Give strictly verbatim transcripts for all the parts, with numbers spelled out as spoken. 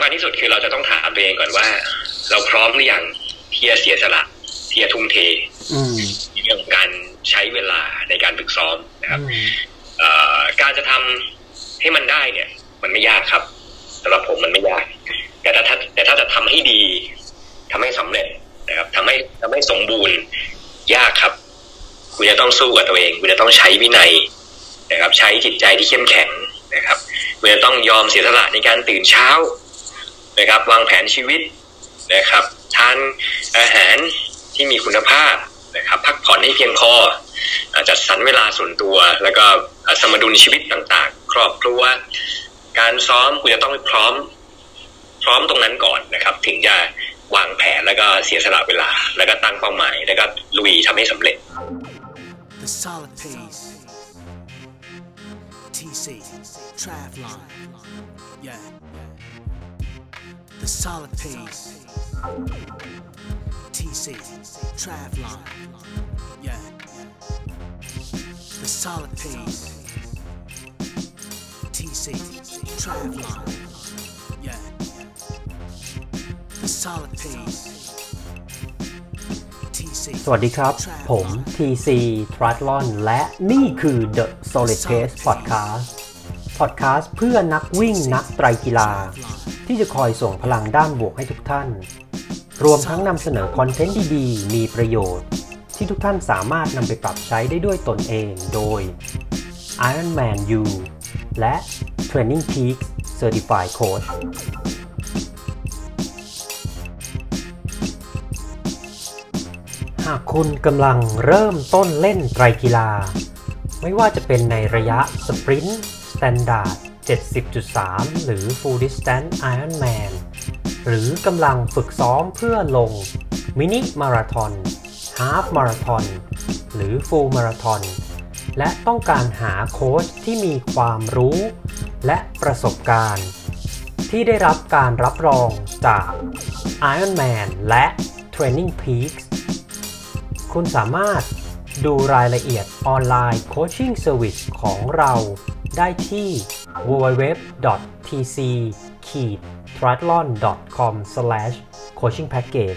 ญที่สุดคือเราจะต้องถามตัวเองก่อนว่าเราพร้อมหรือยังที่จะเสียสละที่จะทุ่มเทในเรื่องของการใช้เวลาในการฝึกซ้อมนะครับการจะทำให้มันได้เนี่ยมันไม่ยากครับสำหรับผมมันไม่ยากแต่ถ้าแต่ถ้าจะทำให้ดีทำให้สำเร็จนะครับทำให้ทำให้สมบูรณ์ยากครับคุณจะต้องสู้กับตัวเองคุณจะต้องใช้วินัยนะครับใช้จิตใจที่เข้มแข็งนะครับคุณจะต้องยอมเสียสละในการตื่นเช้านะครับวางแผนชีวิตนะครับทานอาหารที่มีคุณภาพนะครับพักผ่อนให้เพียงพอจัดสรรเวลาส่วนตัวแล้วก็สมดุลชีวิตต่างๆครอบครัวการซ้อมคุณจะต้องพร้อมพร้อมตรงนั้นก่อนนะครับถึงจะวางแผนแล้วก็เสียสละเวลาแล้วก็ตั้งเป้าหมายแล้วก็ลุยทำให้สำเร็จ The solid pace ที ซี Travlon yeah The solid paceที ซี Travlon yeah The solid paceที ซี Travlon yeah The solid paceที ซีสวัสดีครับผม ที ซี Triathlon และนี่คือ The Solid Pace Podcast Podcast เพื่อนักวิ่งนักไตรกีฬาที่จะคอยส่งพลังด้านบวกให้ทุกท่านรวมทั้งนำเสนอคอนเทนต์ดีๆมีประโยชน์ที่ทุกท่านสามารถนำไปปรับใช้ได้ด้วยตนเองโดย Ironman U และ Training Peaks Certified Coachหากคุณกำลังเริ่มต้นเล่นไตรกีฬาไม่ว่าจะเป็นในระยะสปรินต์สแตนดาร์ด เจ็ดสิบจุดสาม หรือ Full Distance Ironman หรือกำลังฝึกซ้อมเพื่อลงมินิมาราธอนฮาล์ฟมาราธอนหรือ Full Marathon และต้องการหาโค้ชที่มีความรู้และประสบการณ์ที่ได้รับการรับรองจาก Ironman และ Training Peaksคุณสามารถดูรายละเอียดออนไลน์โคชชิ่งเซอร์วิสของเราได้ที่ ดับเบิลยู ดับเบิลยู ดับเบิลยู ดอท ที ซี ทริแอธลอน ดอท คอม สแลช โคชชิ่งแพ็คเกจ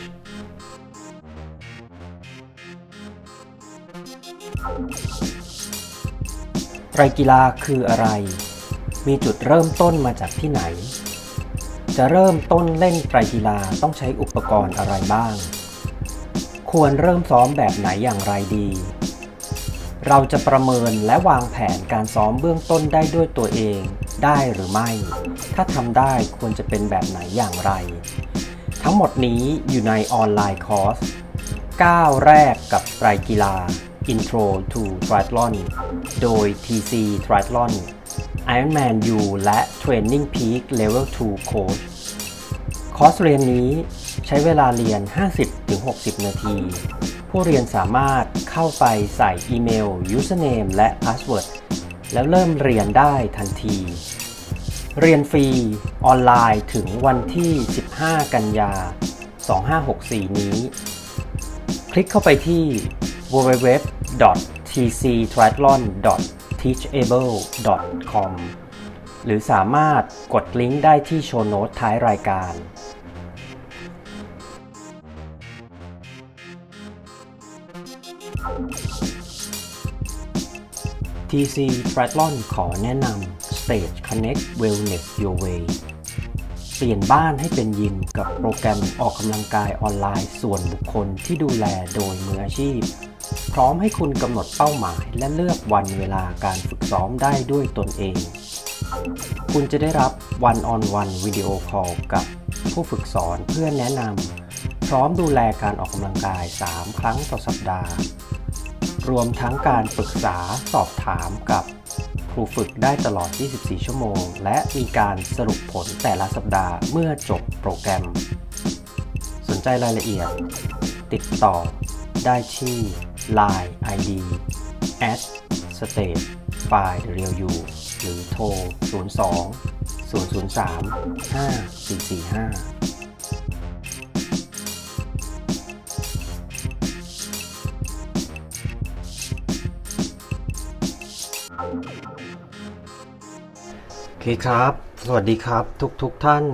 ไตรกีฬาคืออะไรมีจุดเริ่มต้นมาจากที่ไหนจะเริ่มต้นเล่นไตรกีฬาต้องใช้อุปกรณ์อะไรบ้างควรเริ่มซ้อมแบบไหนอย่างไรดีเราจะประเมินและวางแผนการซ้อมเบื้องต้นได้ด้วยตัวเองได้หรือไม่ถ้าทำได้ควรจะเป็นแบบไหนอย่างไรทั้งหมดนี้อยู่ในออนไลน์คอร์สก้าวแรกกับไตรกีฬา Intro to Triathlon โดย ที ซี Triathlon Ironman U และ Training Peak Level ทู Coach คอร์สเรียนนี้ใช้เวลาเรียน ห้าสิบถึงหกสิบ นาทีผู้เรียนสามารถเข้าไปใส่อีเมล username และ password แล้วเริ่มเรียนได้ทันทีเรียนฟรีออนไลน์ถึงวันที่สิบห้ากันยายนสองพันห้าร้อยหกสิบสี่นี้คลิกเข้าไปที่ ดับเบิลยู ดับเบิลยู ดับเบิลยู ดอท ที ซี ทริแอธลอน ดอท ทีชเอเบิล ดอท คอม หรือสามารถกดลิงก์ได้ที่โชว์โน้ตท้ายรายการที ซี Triathlon ขอแนะนำ Stage Connect Wellness Your Way เปลี่ยนบ้านให้เป็นยิมกับโปรแกรมออกกำลังกายออนไลน์ส่วนบุคคลที่ดูแลโดยมืออาชีพพร้อมให้คุณกำหนดเป้าหมายและเลือกวันเวลาการฝึกซ้อมได้ด้วยตนเองคุณจะได้รับ One on One วิดีโอคอลกับผู้ฝึกสอนเพื่อแนะนำพร้อมดูแลการออกกำลังกายสามครั้งต่อสัปดาห์รวมทั้งการปรึกษาสอบถามกับครูฝึกได้ตลอดยี่สิบสี่ชั่วโมงและมีการสรุปผลแต่ละสัปดาห์เมื่อจบโปรแกรมสนใจรายละเอียดติดต่อได้ที่ ไลน์ ไอ ดี แอท สเตท ไฟล์ เรียล ยู หรือโทร ศูนย์ สอง ศูนย์ ศูนย์ สาม ห้า สี่ สี่ ห้าโอเคครับสวัสดีครับทุกๆ ท่าน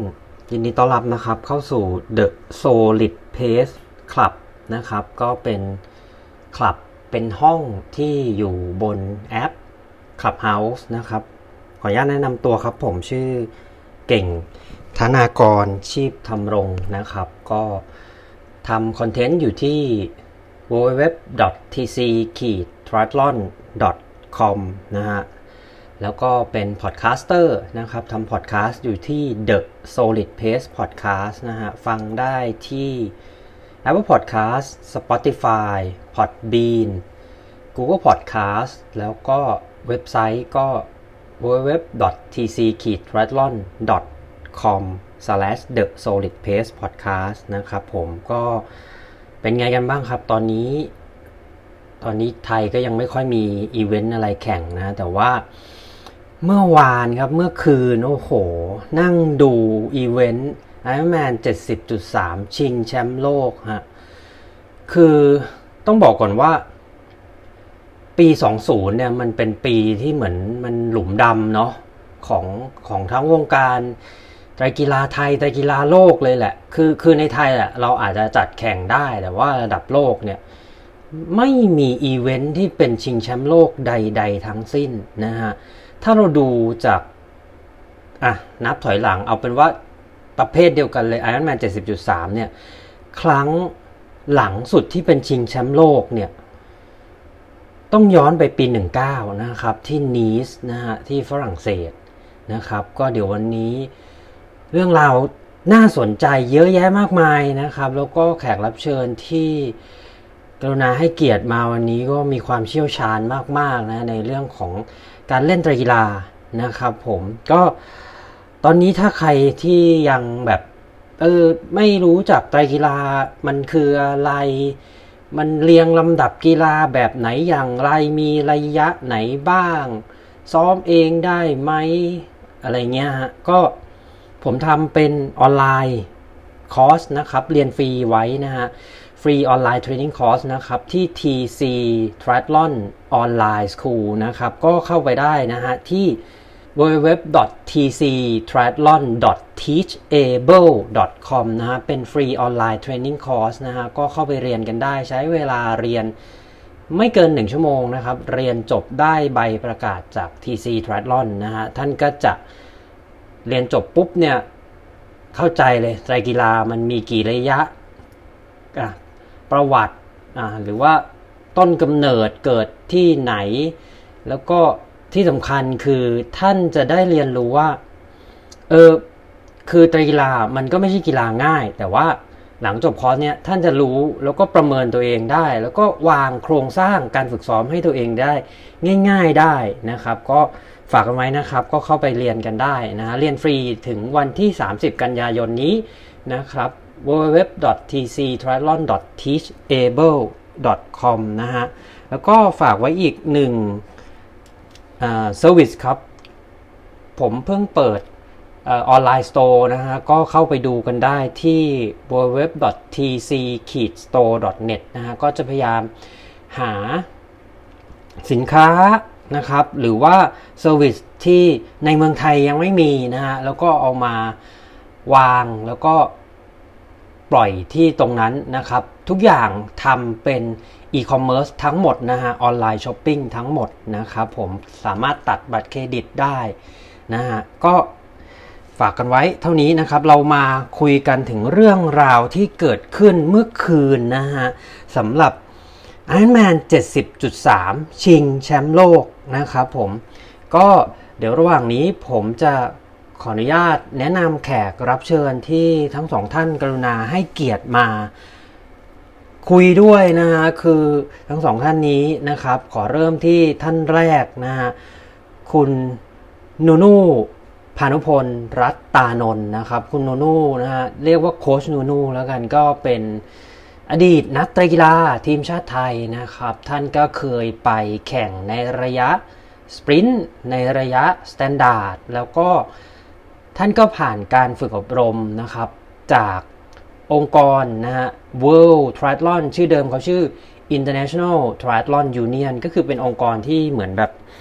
ยินดีต้อนรับนะครับเข้าสู่ The Solid Pace Club นะครับก็เป็นคลับเป็นห้องที่อยู่บนแอป Clubhouse นะครับขออนุญาตแนะนำตัวครับผมชื่อเก่งธนากรชีพธรรมรงค์นะครับก็ทำคอนเทนต์อยู่ที่ ดับเบิลยู ดับเบิลยู ดับเบิลยู ดอท ที ซี ทริแอธลอน ดอท คอม นะฮะแล้วก็เป็นพอดแคสเตอร์นะครับทำพอดแคสต์อยู่ที่ The Solid Pace Podcast นะฮะฟังได้ที่ Apple Podcast Spotify Podbean Google Podcast แล้วก็เว็บไซต์ก็ ดับเบิลยู ดับเบิลยู ดับเบิลยู ดอท ที ซี ทริแอธลอน ดอท คอม สแลช เดอะ โซลิด เพซ พอดแคสต์ นะครับผมก็เป็นไงกันบ้างครับตอนนี้ตอนนี้ไทยก็ยังไม่ค่อยมีอีเวนต์อะไรแข่งนะแต่ว่าเมื่อวานครับเมื่อคืนโอ้โหนั่งดูอีเวนต์ Ironman เจ็ดสิบจุดสาม ชิงแชมป์โลกฮะคือต้องบอกก่อนว่าปีสองสิบเนี่ยมันเป็นปีที่เหมือนมันหลุมดำเนาะของของทั้งวงการไตรกีฬาไทยไตรกีฬาโลกเลยแหละคือคือในไทยแหละเราอาจจะจัดแข่งได้แต่ว่าระดับโลกเนี่ยไม่มีอีเวนท์ที่เป็นชิงแชมป์โลกใดๆทั้งสิ้นนะฮะถ้าเราดูจากอ่ะนับถอยหลังเอาเป็นว่าประเภทเดียวกันเลย Ironman เจ็ดสิบจุดสาม เนี่ยครั้งหลังสุดที่เป็นชิงแชมป์โลกเนี่ยต้องย้อนไปปีสิบเก้านะครับที่นีสนะฮะที่ฝรั่งเศสนะครับก็เดี๋ยววันนี้เรื่องราวน่าสนใจเยอะแยะมากมายนะครับแล้วก็แขกรับเชิญที่กรุณาให้เกียรติมาวันนี้ก็มีความเชี่ยวชาญมากๆนะในเรื่องของการเล่นไตรกีฬานะครับผมก็ตอนนี้ถ้าใครที่ยังแบบเออไม่รู้จักไตรกีฬามันคืออะไรมันเรียงลำดับกีฬาแบบไหนอย่างไรมีระยะไหนบ้างซ้อมเองได้ไหมอะไรเงี้ยฮะก็ผมทำเป็นออนไลน์คอร์สนะครับเรียนฟรีไว้นะฮะฟรีออนไลน์เทรนนิ่งคอร์สนะครับที่ ที ซี Triathlon Online School นะครับก็เข้าไปได้นะฮะที่ ดับเบิลยู ดับเบิลยู ดับเบิลยู ดอท ที ซี ทริแอธลอน ดอท ทีชเอเบิล ดอท คอม นะฮะเป็นฟรีออนไลน์เทรนนิ่งคอร์สนะฮะก็เข้าไปเรียนกันได้ใช้เวลาเรียนไม่เกินหนึ่งชั่วโมงนะครับเรียนจบได้ใบประกาศจาก ที ซี Triathlon นะฮะท่านก็จะเรียนจบปุ๊บเนี่ยเข้าใจเลยไตรกีฬามันมีกี่ระยะอ่ะประวัติอ่าหรือว่าต้นกำเนิดเกิดที่ไหนแล้วก็ที่สำคัญคือท่านจะได้เรียนรู้ว่าเออคือไตรกีฬามันก็ไม่ใช่กีฬาง่ายแต่ว่าหลังจบคอร์สเนี่ยท่านจะรู้แล้วก็ประเมินตัวเองได้แล้วก็วางโครงสร้างการฝึกซ้อมให้ตัวเองได้ง่ายๆได้นะครับก็ฝากกันไว้นะครับก็เข้าไปเรียนกันได้นะเรียนฟรีถึงวันที่สามสิบกันยายนนี้นะครับ ดับเบิลยู ดับเบิลยู ดับเบิลยู ดอท ที ซี ทริแอธลอน ดอท ทีชเอเบิล ดอท คอม นะฮะแล้วก็ฝากไว้อีกหนึ่งอ่าเซอร์วิสครับผมเพิ่งเปิดออนไลน์สโตร์นะฮะก็เข้าไปดูกันได้ที่ ดับเบิลยู ดับเบิลยู ดับเบิลยู ดอท ที ซี สโตร์ ดอท เน็ต นะฮะก็จะพยายามหาสินค้านะครับหรือว่าเซอร์วิสที่ในเมืองไทยยังไม่มีนะฮะแล้วก็เอามาวางแล้วก็ปล่อยที่ตรงนั้นนะครับทุกอย่างทำเป็นอีคอมเมิร์ซทั้งหมดนะฮะออนไลน์ช้อปปิ้งทั้งหมดนะครับผมสามารถตัดบัตรเครดิตได้นะฮะก็ฝากกันไว้เท่านี้นะครับเรามาคุยกันถึงเรื่องราวที่เกิดขึ้นเมื่อคืนนะฮะสำหรับ Ironman เจ็ดสิบจุดสาม ชิงแชมป์โลกนะครับผมก็เดี๋ยวระหว่างนี้ผมจะขออนุญาตแนะนำแขกรับเชิญที่ทั้งสองท่านกรุณาให้เกียรติมาคุยด้วยนะฮะคือทั้งสองท่านนี้นะครับขอเริ่มที่ท่านแรกนะฮะคุณนูนูพานุพลรัตตานนท์นะครับคุณนูนูนะฮะเรียกว่าโค้ชนูนูแล้วกันก็เป็นอดีตนักไตรกีฬาทีมชาติไทยนะครับท่านก็เคยไปแข่งในระยะสปรินต์ในระยะสแตนดาร์ดแล้วก็ท่านก็ผ่านการฝึกอบรมนะครับจากองค์กรนะฮะ World Triathlon ชื่อเดิมเขาชื่อ International Triathlon Union ก็คือเป็นองค์กรที่เหมือนแบบ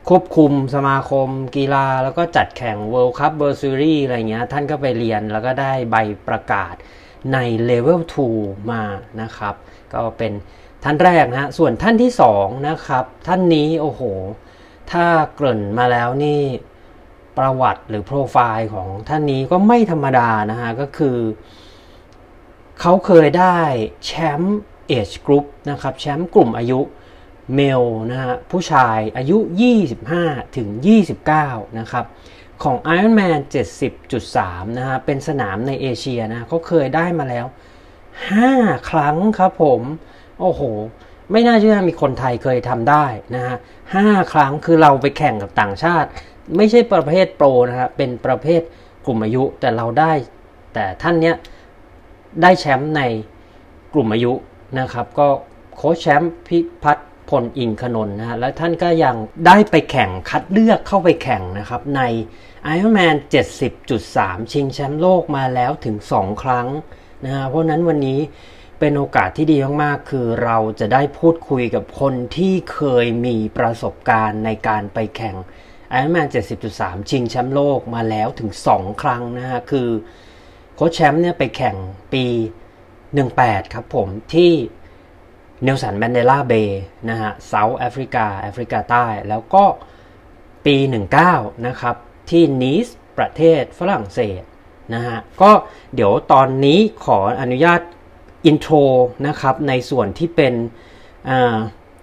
ควบคุมสมาคมกีฬาแล้วก็จัดแข่ง World Cup World Series อะไรเงี้ยท่านก็ไปเรียนแล้วก็ได้ใบประกาศใน Level สองมานะครับก็เป็นท่านแรกนะส่วนท่านที่สองนะครับท่านนี้โอ้โหถ้าเกริ่นมาแล้วนี่ประวัติหรือโปรไฟล์ของท่านนี้ก็ไม่ธรรมดานะฮะก็คือเขาเคยได้แชมป์เอจกรุ๊ปนะครับแชมป์กลุ่มอายุเมลนะฮะผู้ชายอายุยี่สิบห้าถึงยี่สิบเก้านะครับของ Ironman เจ็ดสิบจุดสาม นะฮะเป็นสนามในเอเชียนะเขาเคยได้มาแล้วห้าครั้งครับผมโอ้โหไม่น่าเชื่อมีคนไทยเคยทำได้นะฮะห้าครั้งคือเราไปแข่งกับต่างชาติไม่ใช่ประเภทโปรนะฮะเป็นประเภทกลุ่มอายุแต่เราได้แต่ท่านเนี้ยได้แชมป์ในกลุ่มอายุนะครับก็โค้ชแชมป์พิพัฒน์พลอินทร์ขนนท์นะฮะแล้วท่านก็ยังได้ไปแข่งคัดเลือกเข้าไปแข่งนะครับใน Ironman เจ็ดสิบจุดสาม ชิงแชมป์โลกมาแล้วถึงสองครั้งนะฮะเพราะนั้นวันนี้เป็นโอกาสที่ดีมากๆคือเราจะได้พูดคุยกับคนที่เคยมีประสบการณ์ในการไปแข่ง Ironman เจ็ดสิบจุดสาม ชิงแชมป์โลกมาแล้วถึงสองครั้งนะฮะคือโค้ชแชมป์เนี่ยไปแข่งปีสิบแปดครับผมที่เนลสันแมนเดลาเบย์นะฮะเซาท์แอฟริกาแอฟริกาใต้แล้วก็ปีสิบเก้านะครับที่นีสประเทศฝรั่งเศสนะฮะก็เดี๋ยวตอนนี้ขออนุญาตอินโทรนะครับในส่วนที่เป็นอ่า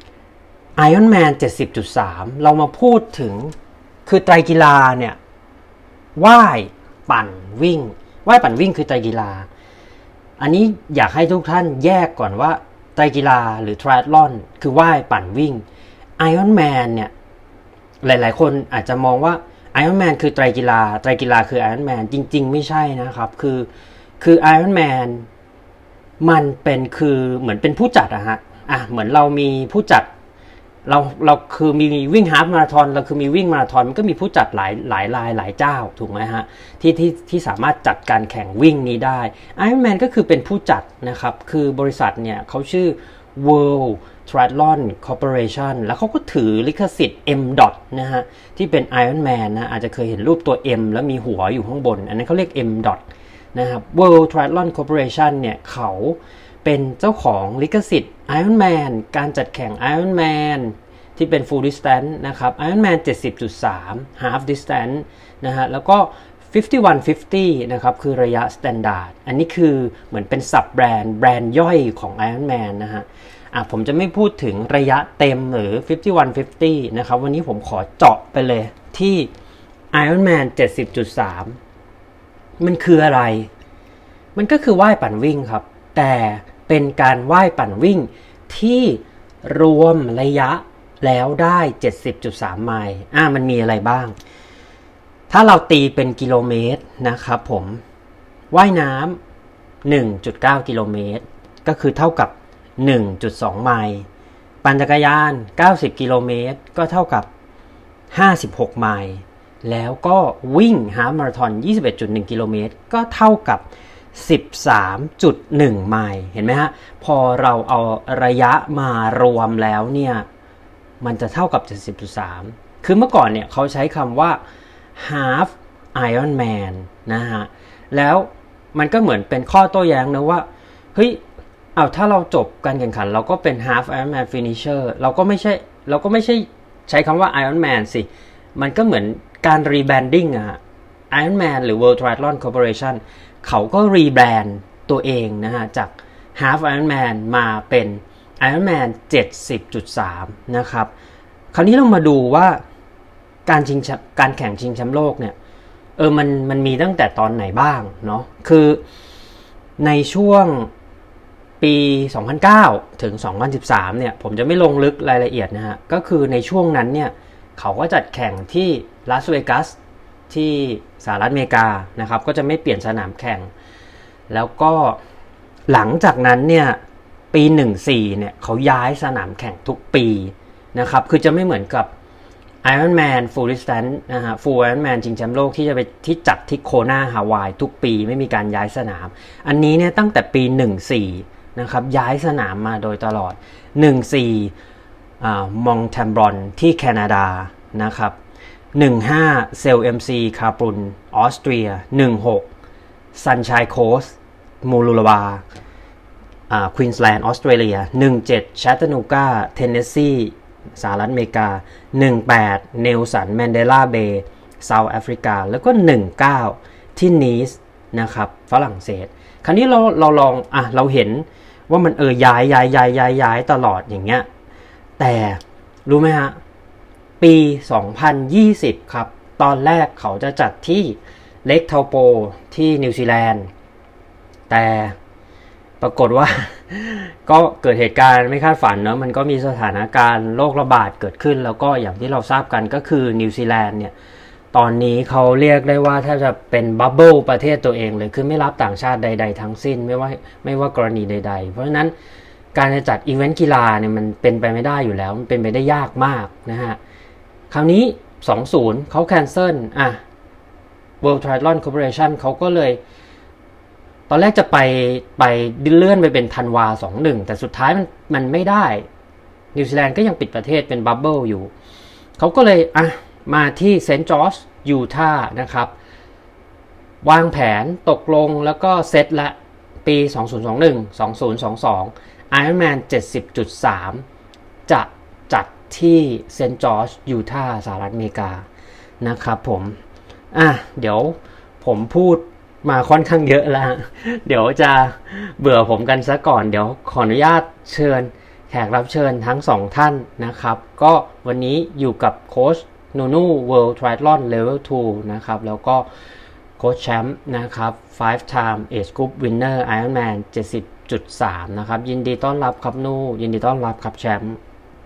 Ironman เจ็ดสิบจุดสาม เรามาพูดถึงคือไตรกีฬาเนี่ยว่ายปั่นวิ่งว่ายปั่นวิ่งคือไตรกีฬาอันนี้อยากให้ทุกท่านแยกก่อนว่าไตรกีฬาหรือ triathlon คือว่ายปั่นวิ่ง Ironman เนี่ยหลายๆคนอาจจะมองว่า Ironman คือไตรกีฬาไตรกีฬาคือ Ironman จริงๆไม่ใช่นะครับคือคือ Ironman มันเป็นคือเหมือนเป็นผู้จัดอะฮะอ่ะเหมือนเรามีผู้จัดเราเราคือมีวิ่งฮาล์ฟมาราธอนเราคือมีวิ่งมาราธอนมันก็มีผู้จัดหลายหลายรายหลายเจ้าถูกไหมฮะที่ที่ที่สามารถจัดการแข่งวิ่งนี้ได้ Ironman ก็คือเป็นผู้จัดนะครับคือบริษัทเนี่ยเขาชื่อ World Triathlon Corporation แล้วเขาก็ถือลิขสิทธิ์ M. นะฮะที่เป็น Ironman นะอาจจะเคยเห็นรูปตัว M แล้วมีหัวอยู่ข้างบนอันนั้นเขาเรียก M. นะครับ World Triathlon Corporation เนี่ยเขาเป็นเจ้าของลิขสิทธิ์ Ironman การจัดแข่ง Ironman ที่เป็น Full Distance นะครับ Ironman เจ็ดสิบจุดสาม Half Distance นะฮะแล้วก็ห้าสิบเอ็ดห้าสิบนะครับคือระยะ Standard อันนี้คือเหมือนเป็นซับแบรนด์แบรนด์ย่อยของ Ironman นะฮะอ่ะผมจะไม่พูดถึงระยะเต็มหรือห้าสิบเอ็ดห้าสิบนะครับวันนี้ผมขอเจาะไปเลยที่ Ironman เจ็ดสิบจุดสาม มันคืออะไรมันก็คือว่ายปั่นวิ่งครับแต่เป็นการว่ายปั่นวิ่งที่รวมระยะแล้วได้ เจ็ดสิบจุดสาม ไมล์อ่ะมันมีอะไรบ้างถ้าเราตีเป็นกิโลเมตรนะครับผมว่ายน้ำ หนึ่งจุดเก้า กิโลเมตรก็คือเท่ากับ หนึ่งจุดสอง ไมล์ปั่นจักรยานเก้าสิบกิโลเมตรก็เท่ากับห้าสิบหกไมล์แล้วก็วิ่งฮาล์ฟมาราธอน ยี่สิบเอ็ดจุดหนึ่ง กิโลเมตรก็เท่ากับ สิบสามจุดหนึ่ง ไมล์เห็นไหมฮะพอเราเอาระยะมารวมแล้วเนี่ยมันจะเท่ากับ เจ็ดสิบจุดสาม คือเมื่อก่อนเนี่ยเขาใช้คำว่า half Ironman นะฮะแล้วมันก็เหมือนเป็นข้อโต้แย้งนะว่าเฮ้ยเอาถ้าเราจบการแข่งขันเราก็เป็น half Ironman finisher เราก็ไม่ใช่เราก็ไม่ใช่ใช้คำว่า Ironman สิมันก็เหมือนการ rebranding อะ Ironman หรือ World Triathlon Corporation เขาก็ rebrand ตัวเองนะฮะจาก half Ironman มาเป็น Ironman เจ็ดสิบจุดสาม นะครับคราวนี้เรามาดูว่าการชิงการแข่งชิงแชมป์โลกเนี่ยเออมันมันมีตั้งแต่ตอนไหนบ้างเนาะคือในช่วงปีสองพันเก้าถึงสองพันสิบสามเนี่ยผมจะไม่ลงลึกรายละเอียดนะฮะก็คือในช่วงนั้นเนี่ยเขาก็จัดแข่งที่ลาสเวกัสที่สหรัฐอเมริกานะครับก็จะไม่เปลี่ยนสนามแข่งแล้วก็หลังจากนั้นเนี่ยปีสิบสี่เนี่ยเขาย้ายสนามแข่งทุกปีนะครับคือจะไม่เหมือนกับ Ironman Full Distance นะฮะ Full Ironman ชิงแชมป์โลกที่จะไปที่จัดที่โคนาฮาวายทุกปีไม่มีการย้ายสนามอันนี้เนี่ยตั้งแต่ปีสิบสี่นะครับย้ายสนามมาโดยตลอดสิบสี่อ่ามองแทมบรอนที่แคนาดานะครับหนึ่งห้า เซล เอ็ม ซี คาปรุนออสเตรียหนึ่งหก ซันชัยโคสต์มูลูลาวาอ่าควีนส์แลนด์ออสเตรเลียหนึ่งเจ็ด แชตเตอร์นูกาเทนเนสซีสหรัฐอเมริกาหนึ่งแปด เนลสันแมนเดลาเบย์เซาท์แอฟริกาแล้วก็หนึ่งเก้าที่นีสนะครับฝรั่งเศสคราวนี้เราเราลองอ่ะเราเห็นว่ามันเออย้ายย้ายย้ายย้ายย้ายตลอดอย่างเงี้ยแต่รู้ไหมฮะปีสองพันยี่สิบครับตอนแรกเขาจะจัดที่เลคเทาโปที่นิวซีแลนด์แต่ปรากฏว่า ก็เกิดเหตุการณ์ไม่คาดฝันเนาะมันก็มีสถานการณ์โรคระบาดเกิดขึ้นแล้วก็อย่างที่เราทราบกันก็คือนิวซีแลนด์เนี่ยตอนนี้เขาเรียกได้ว่าถ้าจะเป็นบับเบิลประเทศตัวเองเลยคือไม่รับต่างชาติใดๆทั้งสิ้นไม่ว่าไม่ว่ากรณีใดๆเพราะฉะนั้นการจะจัดอีเวนต์กีฬาเนี่ยมันเป็นไปไม่ได้อยู่แล้วมันเป็นไปได้ยากมากนะฮะคราวนี้สองศูนย์เขาแคนเซิลอ่ะ World Triathlon Corporation เขาก็เลยตอนแรกจะไปไปเลื่อนไปเป็นธันวาสองหนึ่งแต่สุดท้ายมันมันไม่ได้นิวซีแลนด์ก็ยังปิดประเทศเป็นบับเบิลอยู่เขาก็เลยอ่ะมาที่เซนต์จอร์จยูทาห์นะครับวางแผนตกลงแล้วก็เซตละปีสองพันยี่สิบเอ็ด สองพันยี่สิบสอง Ironman เจ็ดสิบจุดสาม จะจัดที่เซนต์จอร์จยูทาห์สหรัฐอเมริกานะครับผมอ่ะเดี๋ยวผมพูดมาค่อนข้างเยอะแล้วเดี๋ยวจะเบื่อผมกันซะก่อนเดี๋ยวขออนุญาตเชิญแขกรับเชิญทั้งสองท่านนะครับก็วันนี้อยู่กับโค้ชนูนู World Triathlon Level ทู นะครับแล้วก็โค้ชแชมป์นะครับ five time age group winner Ironman เจ็ดสิบจุดสาม นะครับยินดีต้อนรับครับนูยินดีต้อนรับครับแชมป์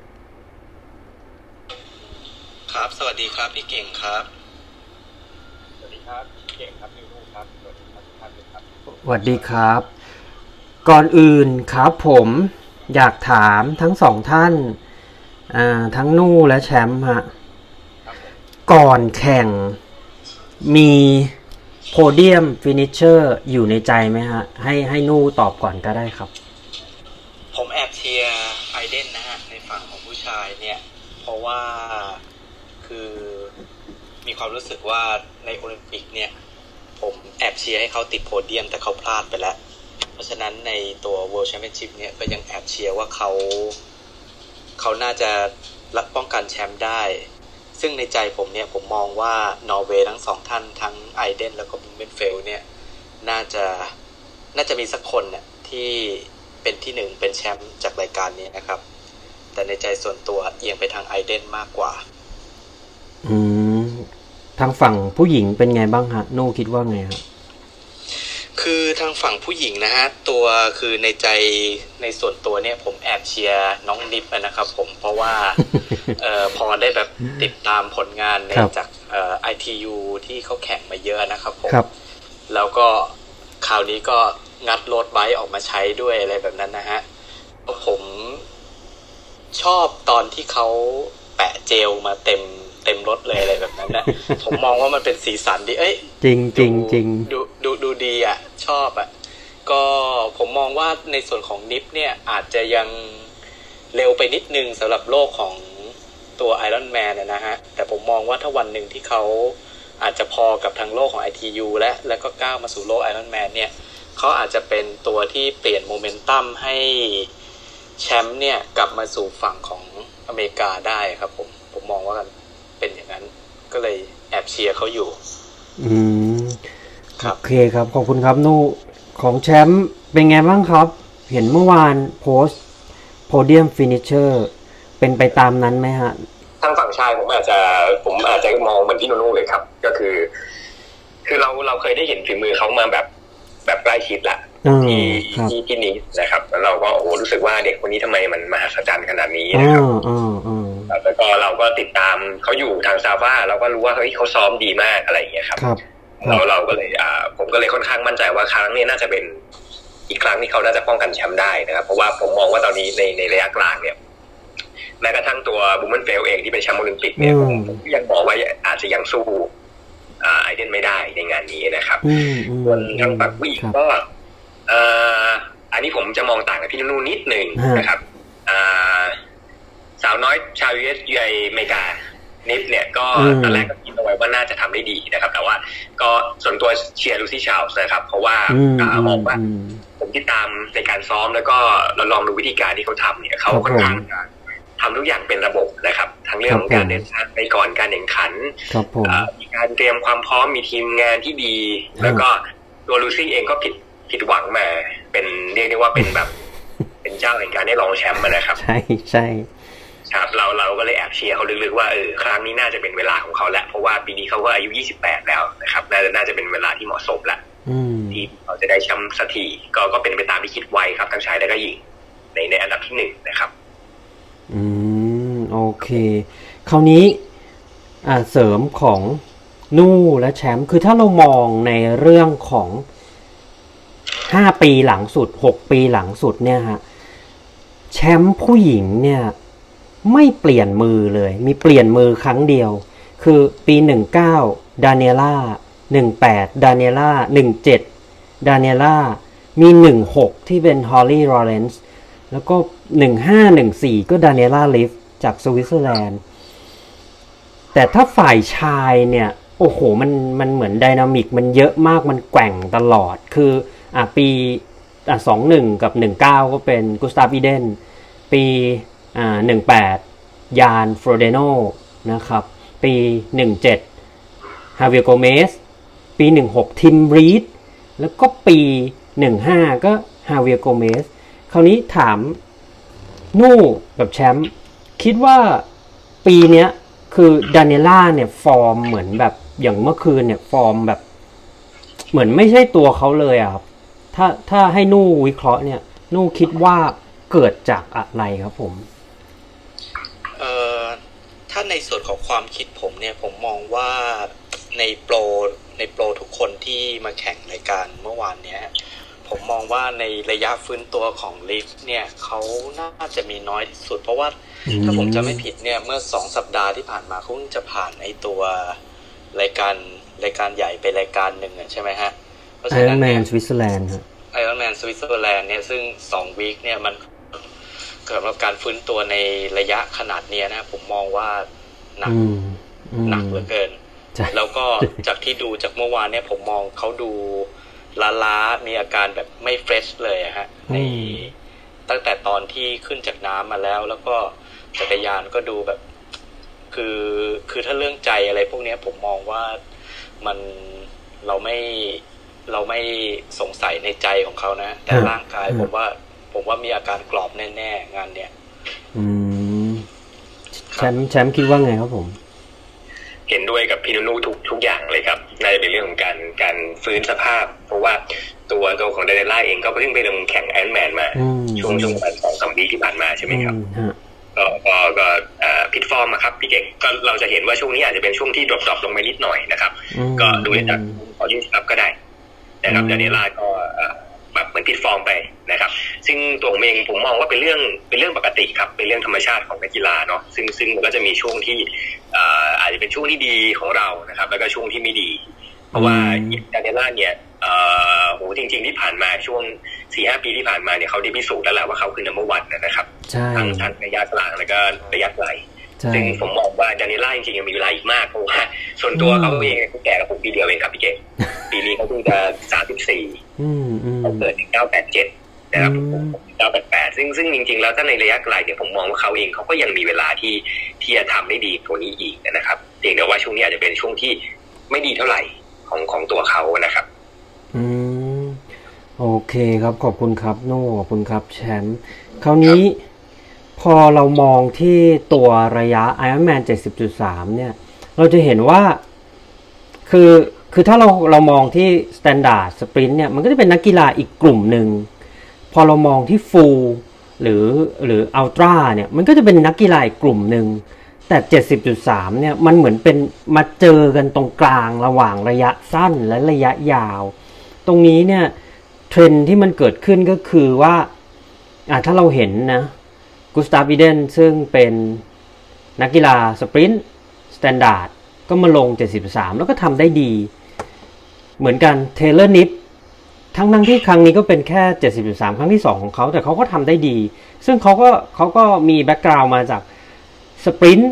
ครับสวัสดีครับพี่เก่งครับสวัสดีครับพี่เก่งครับนิวนูครับสวัสดีครับท่านครับสวัสดีครับก่อนอื่นครับผมอยากถามทั้งสองท่านอ่าทั้งนูและแชมป์ฮะก่อนแข่งมีโพเดียมฟินิชเชอร์อยู่ในใจไหมฮะให้ให้นูตอบก่อนก็ได้ครับผมแอบเชียร์ไอเดนนะฮะในฝั่งของผู้ชายเนี่ยเพราะว่าคือมีความรู้สึกว่าในโอลิมปิกเนี่ยผมแอบเชียร์ให้เขาติดโพเดียมแต่เขาพลาดไปแล้วเพราะฉะนั้นในตัว World Championship เนี่ยก็ยังแอบเชียร์ว่าเขาเขาน่าจะรับป้องกันแชมป์ได้ซึ่งในใจผมเนี่ยผมมองว่านอร์เวย์ทั้งสองท่านทั้งไอเดนแล้วก็บุมเบนเฟลเนี่ยน่าจะน่าจะมีสักคนเนี่ยที่เป็นที่หนึ่งเป็นแชมป์จากรายการนี้นะครับแต่ในใจส่วนตัวเอียงไปทางไอเดนมากกว่าอืมทางฝั่งผู้หญิงเป็นไงบ้างฮะโน่คิดว่าไงฮะคือทางฝั่งผู้หญิงนะฮะตัวคือในใจในส่วนตัวเนี่ยผมแอบเชียร์น้องนิฟนะครับผมเพราะว่า เอ่อพอได้แบบติดตามผลงานในจากเอ่อ ไอ ที ยู ที่เขาแข่งมาเยอะนะครับผมแล้วก็คราวนี้ก็งัดโรดไบค์ออกมาใช้ด้วยอะไรแบบนั้นนะฮะผมชอบตอนที่เขาแปะเจลมาเต็มเต็มรถเลยอะไรแบบนั้นนะ ผมมองว่ามันเป็นสีสันดีเอ้ยจริงจริงจริงดูดูดูดีอ่ะชอบอ่ะก็ผมมองว่าในส่วนของนิฟเนี่ยอาจจะยังเร็วไปนิดนึงสำหรับโลกของตัว Iron Man นะฮะแต่ผมมองว่าถ้าวันหนึ่งที่เขาอาจจะพอกับทางโลกของ ไอ ที ยู และแล้วก็ก้าวมาสู่โลก Iron Man เนี่ยเขาอาจจะเป็นตัวที่เปลี่ยนโมเมนตัมให้แชมป์เนี่ยกลับมาสู่ฝั่งของอเมริกาได้ครับผมผมมองว่าเป็นอย่างนั้นก็เลยแอบเชียร์เขาอยู่อืมโอเคครับขอบคุณครับนูของแชมป์เป็นไงบ้างครับเห็นเมื่อวานโพสต์โพเดียมฟินิชเชอร์เป็นไปตามนั้นไหมฮะทางฝั่งชายผมอาจจะผมอาจจะมองเหมือนที่นูเลยครับก็คือคือเราเราเคยได้เห็นฝีมือเขามาแบบแบบใกล้ชิดละที่ที่ที่นี้นะครับแล้วเราก็โอ้รู้สึกว่าเด็กคนนี้ทำไมมันมหัศจรรย์ขนาดนี้นะครับแล้วก็เราก็ติดตามเขาอยู่ทางซาฟ้าเราก็รู้ว่าเฮ้ยเขาซ้อมดีมากอะไรอย่างเงี้ยครับเราเราก็เลยอ่าผมก็เลยค่อนข้างมั่นใจว่าครั้งนี้น่าจะเป็นอีกครั้งที่เขาน่าจะป้องกันแชมป์ได้นะครับเพราะว่าผมมองว่าตอนนี้ในในระยะกลางเนี่ยแม้กระทั่งตัวบูมเบนเฟลเองที่เป็นแชมป์โอลิมปิกเนี่ยผมยังบอกว่าอาจจะยังสู้อ่าไอเดนไม่ได้ในงานนี้นะครับส่วนทางฝั่งผู้หญิงก็เอ่ออันนี้ผมจะมองต่างกับพี่นุ่นนิดนึงนะครับอ่าสาวน้อยชาวยูเอสยูไออเมริกานิฟเนี่ยก็ตอนแรกก็คิดเอาไว้ว่าน่าจะทำได้ดีนะครับแต่ว่าก็ส่วนตัวเชียร์ลูซี่ชาร์ลส์นะครับเพราะว่ามองว่าผมติดตามในการซ้อมแล้วก็เราลองดูวิธีการที่เขาทำเนี่ยเขาค่อนข้างทำทุกอย่างเป็นระบบนะครับทั้งเรื่องของการเดินทางไปก่อนการแข่งขันมีการเตรียมความพร้อมมีทีมงานที่ดีแล้วก็ตัวลูซี่เองก็ผิดผิดหวังมาเป็นเรียกได้ว่าเป็นแบบเป็นเจ้าแห่งการได้รองแชมป์นะครับใช่ใช่ครับเราเราก็เลยแอบเชียร์เขาลึกๆว่าเออครั้งนี้น่าจะเป็นเวลาของเขาแหละเพราะว่าปีนี้เขาก็อายุยี่สิบแปดแล้วนะครับน่าจะน่าจะเป็นเวลาที่เหมาะสมละที่เขาจะได้แชมป์สักทีก็ก็เป็นไปตามที่คิดไว้ครับทั้งชายและก็หญิงในในอันดับที่หนึ่งนะครับอืมโอเคคราวนี้อ่าเสริมของนู่และแชมป์คือถ้าเรามองในเรื่องของห้าปีหลังสุดหกปีหลังสุดเนี่ยฮะแชมป์ผู้หญิงเนี่ยไม่เปลี่ยนมือเลยมีเปลี่ยนมือครั้งเดียวคือปีหนึ่งเก้าดาเนียล่าหนึ่งแปดดาเนียล่าหนึ่งเจ็ดดาเนียล่ามีหนึ่งหกที่เป็นฮอลลี่ลอเรนซ์แล้วก็หนึ่งห้า หนึ่งสี่ก็ดาเนียล่าลิฟจากสวิตเซอร์แลนด์แต่ถ้าฝ่ายชายเนี่ยโอ้โหมันมันเหมือนไดนามิกมันเยอะมากมันแกว่งตลอดคืออ่ะปีอ่ะสองหนึ่งกับหนึ่งเก้าก็เป็นกุสตาฟอีเดนปีอ่าหนึ่งแปดยานโฟรเดโนนะครับปีหนึ่งเจ็ดฮาเวียโกเมสปีหนึ่งหกทิมรีดแล้วก็ปีหนึ่งห้าก็ฮาเวียโกเมสคราวนี้ถามนู่กับแชมป์คิดว่าปีเนี้ยคือดาเนียล่าเนี่ยฟอร์มเหมือนแบบอย่างเมื่อคืนเนี่ยฟอร์มแบบเหมือนไม่ใช่ตัวเขาเลยอ่ะครับถ้าถ้าให้นู่วิเคราะห์เนี่ยนู่คิดว่าเกิดจากอะไรครับผมเอ่อถ้าในส่วนของความคิดผมเนี่ยผมมองว่าในโปรในโปรทุกคนที่มาแข่งรายการเมื่อวานเนี้ยผมมองว่าในระยะฟื้นตัวของลิฟต์เนี่ยเขาน่าจะมีน้อยที่สุดเพราะว่าถ้าผมจำไม่ผิดเนี่ยเมื่อสองสัปดาห์ที่ผ่านมาเขาเพิ่งจะผ่านไอตัวรายการรายการใหญ่ไปรายการหนึ่งใช่ไหมฮะไอรอนแมนสวิตเซอร์แลนด์ครับไอรอนแมนสวิตเซอร์แลนด์เนี่ยซึ่งสองวีคเนี่ยมันเกิดกับการฟื้นตัวในระยะขนาดนี้นะผมมองว่าหนักหนักเหลือเกินแล้วก็จากที่ดูจากเมื่อวานเนี่ยผมมองเขาดูล้าๆมีอาการแบบไม่เฟรชเลยอะฮะในตั้งแต่ตอนที่ขึ้นจากน้ำมาแล้วแล้วก็จักรยานก็ดูแบบคือคือถ้าเรื่องใจอะไรพวกนี้ผมมองว่ามันเราไม่เราไม่สงสัยในใจของเขานะแต่ร่างกายผมว่าผมว่ามีอาการกรอบแน่ๆงานเนี้ยอืมแชมป์แชมป์คิดว่าไงครับผมเห็นด้วยกับพี่นุนุทุกทุกอย่างเลยครับน่าจะเป็นเรื่องของการการฟื้นสภาพเพราะว่าตัวตัวของเดเนล่าเองก็เพิ่งไปลงแข่งไอรอนแมนมาช่วงช่วงประมาณสองสามปีที่ผ่านมาใช่ไหมครับก็ก็ก็ผิดฟอร์มครับพี่เก่งก็เราจะเห็นว่าช่วงนี้อาจจะเป็นช่วงที่ดรอปดรอปลงไปนิดหน่อยนะครับก็ดูจากพอยิ่งรับก็ได้นะครับเดเนล่าก็แบบเหมือนผิดฟอร์มไปนะครับซึ่งตัวผมเองผมมองว่าเป็นเรื่องเป็นเรื่องปกติครับเป็นเรื่องธรรมชาติของนักกีฬาเนาะซึ่งซึ่งมันก็จะมีช่วงที่อาจจะเป็นช่วงที่ดีของเรานะครับแล้วก็ช่วงที่ไม่ดีเพราะว่าดาเนล่าเนี่ยโหจริงๆที่ผ่านมาช่วง สี่ห้า ปีที่ผ่านมาเนี่ยเขาได้พิสูจน์แล้วแหละว่าเขาคือ นัมเบอร์วัน นะครับทั้งทั้งระยะกลางแล้วก็ระยะไกลซึ่งผมมองว่าดาเนล่าจริงๆยังมีเวลาอีกมากเพราะว่าส่วนตัวเขาเองเขาแก่กับผมปีเดียวเองครับพี่เก๋ปีนี้เขาเพิ่งจะสามสิบสี่เขาเกิดหนึ่งเก้าแปดเจ็ดนะครับผมหนึ่งเก้าแปดแปดซึ่งซึ่งจริงๆแล้วถ้าในระยะไกลเนี่ยผมมองว่าเขาเองเขาก็ยังมีเวลาที่ที่จะทำได้ดีกว่านี้อีกนะครับเพียงแต่ว่าช่วงนี้อาจจะเป็นช่วงที่ไม่ดีเท่าไหร่ของของตัวเขานะครับอืมโอเคครับขอบคุณครับโน่ขอบคุณครับแชมป์คราวนี้พอเรามองที่ตัวระยะ Ironman เจ็ดสิบจุดสาม เนี่ยเราจะเห็นว่าคือคือถ้าเราเรามองที่ Standard Sprint เนี่ยมันก็จะเป็นนักกีฬาอีกกลุ่มหนึ่งพอเรามองที่ Full หรือหรือ Ultra เนี่ยมันก็จะเป็นนักกีฬาอีกกลุ่มหนึ่งแต่ เจ็ดสิบจุดสาม เนี่ยมันเหมือนเป็นมาเจอกันตรงกลางระหว่างระยะสั้นและระยะยาวตรงนี้เนี่ยเทรนด์ที่มันเกิดขึ้นก็คือว่าอ่ะถ้าเราเห็นนะกุสตาฟ อีเดนซึ่งเป็นนักกีฬาสปรินต์สแตนดาร์ดก็มาลงเจ็ดสิบสามแล้วก็ทำได้ดีเหมือนกันเทเลอร์นิฟทั้งทั้งที่ครั้งนี้ก็เป็นแค่ เจ็ดสิบสาม ครั้งที่สองของเขาแต่เขาก็ทำได้ดีซึ่งเขาก็เขาก็มีแบ็คกราวด์มาจากสปรินต์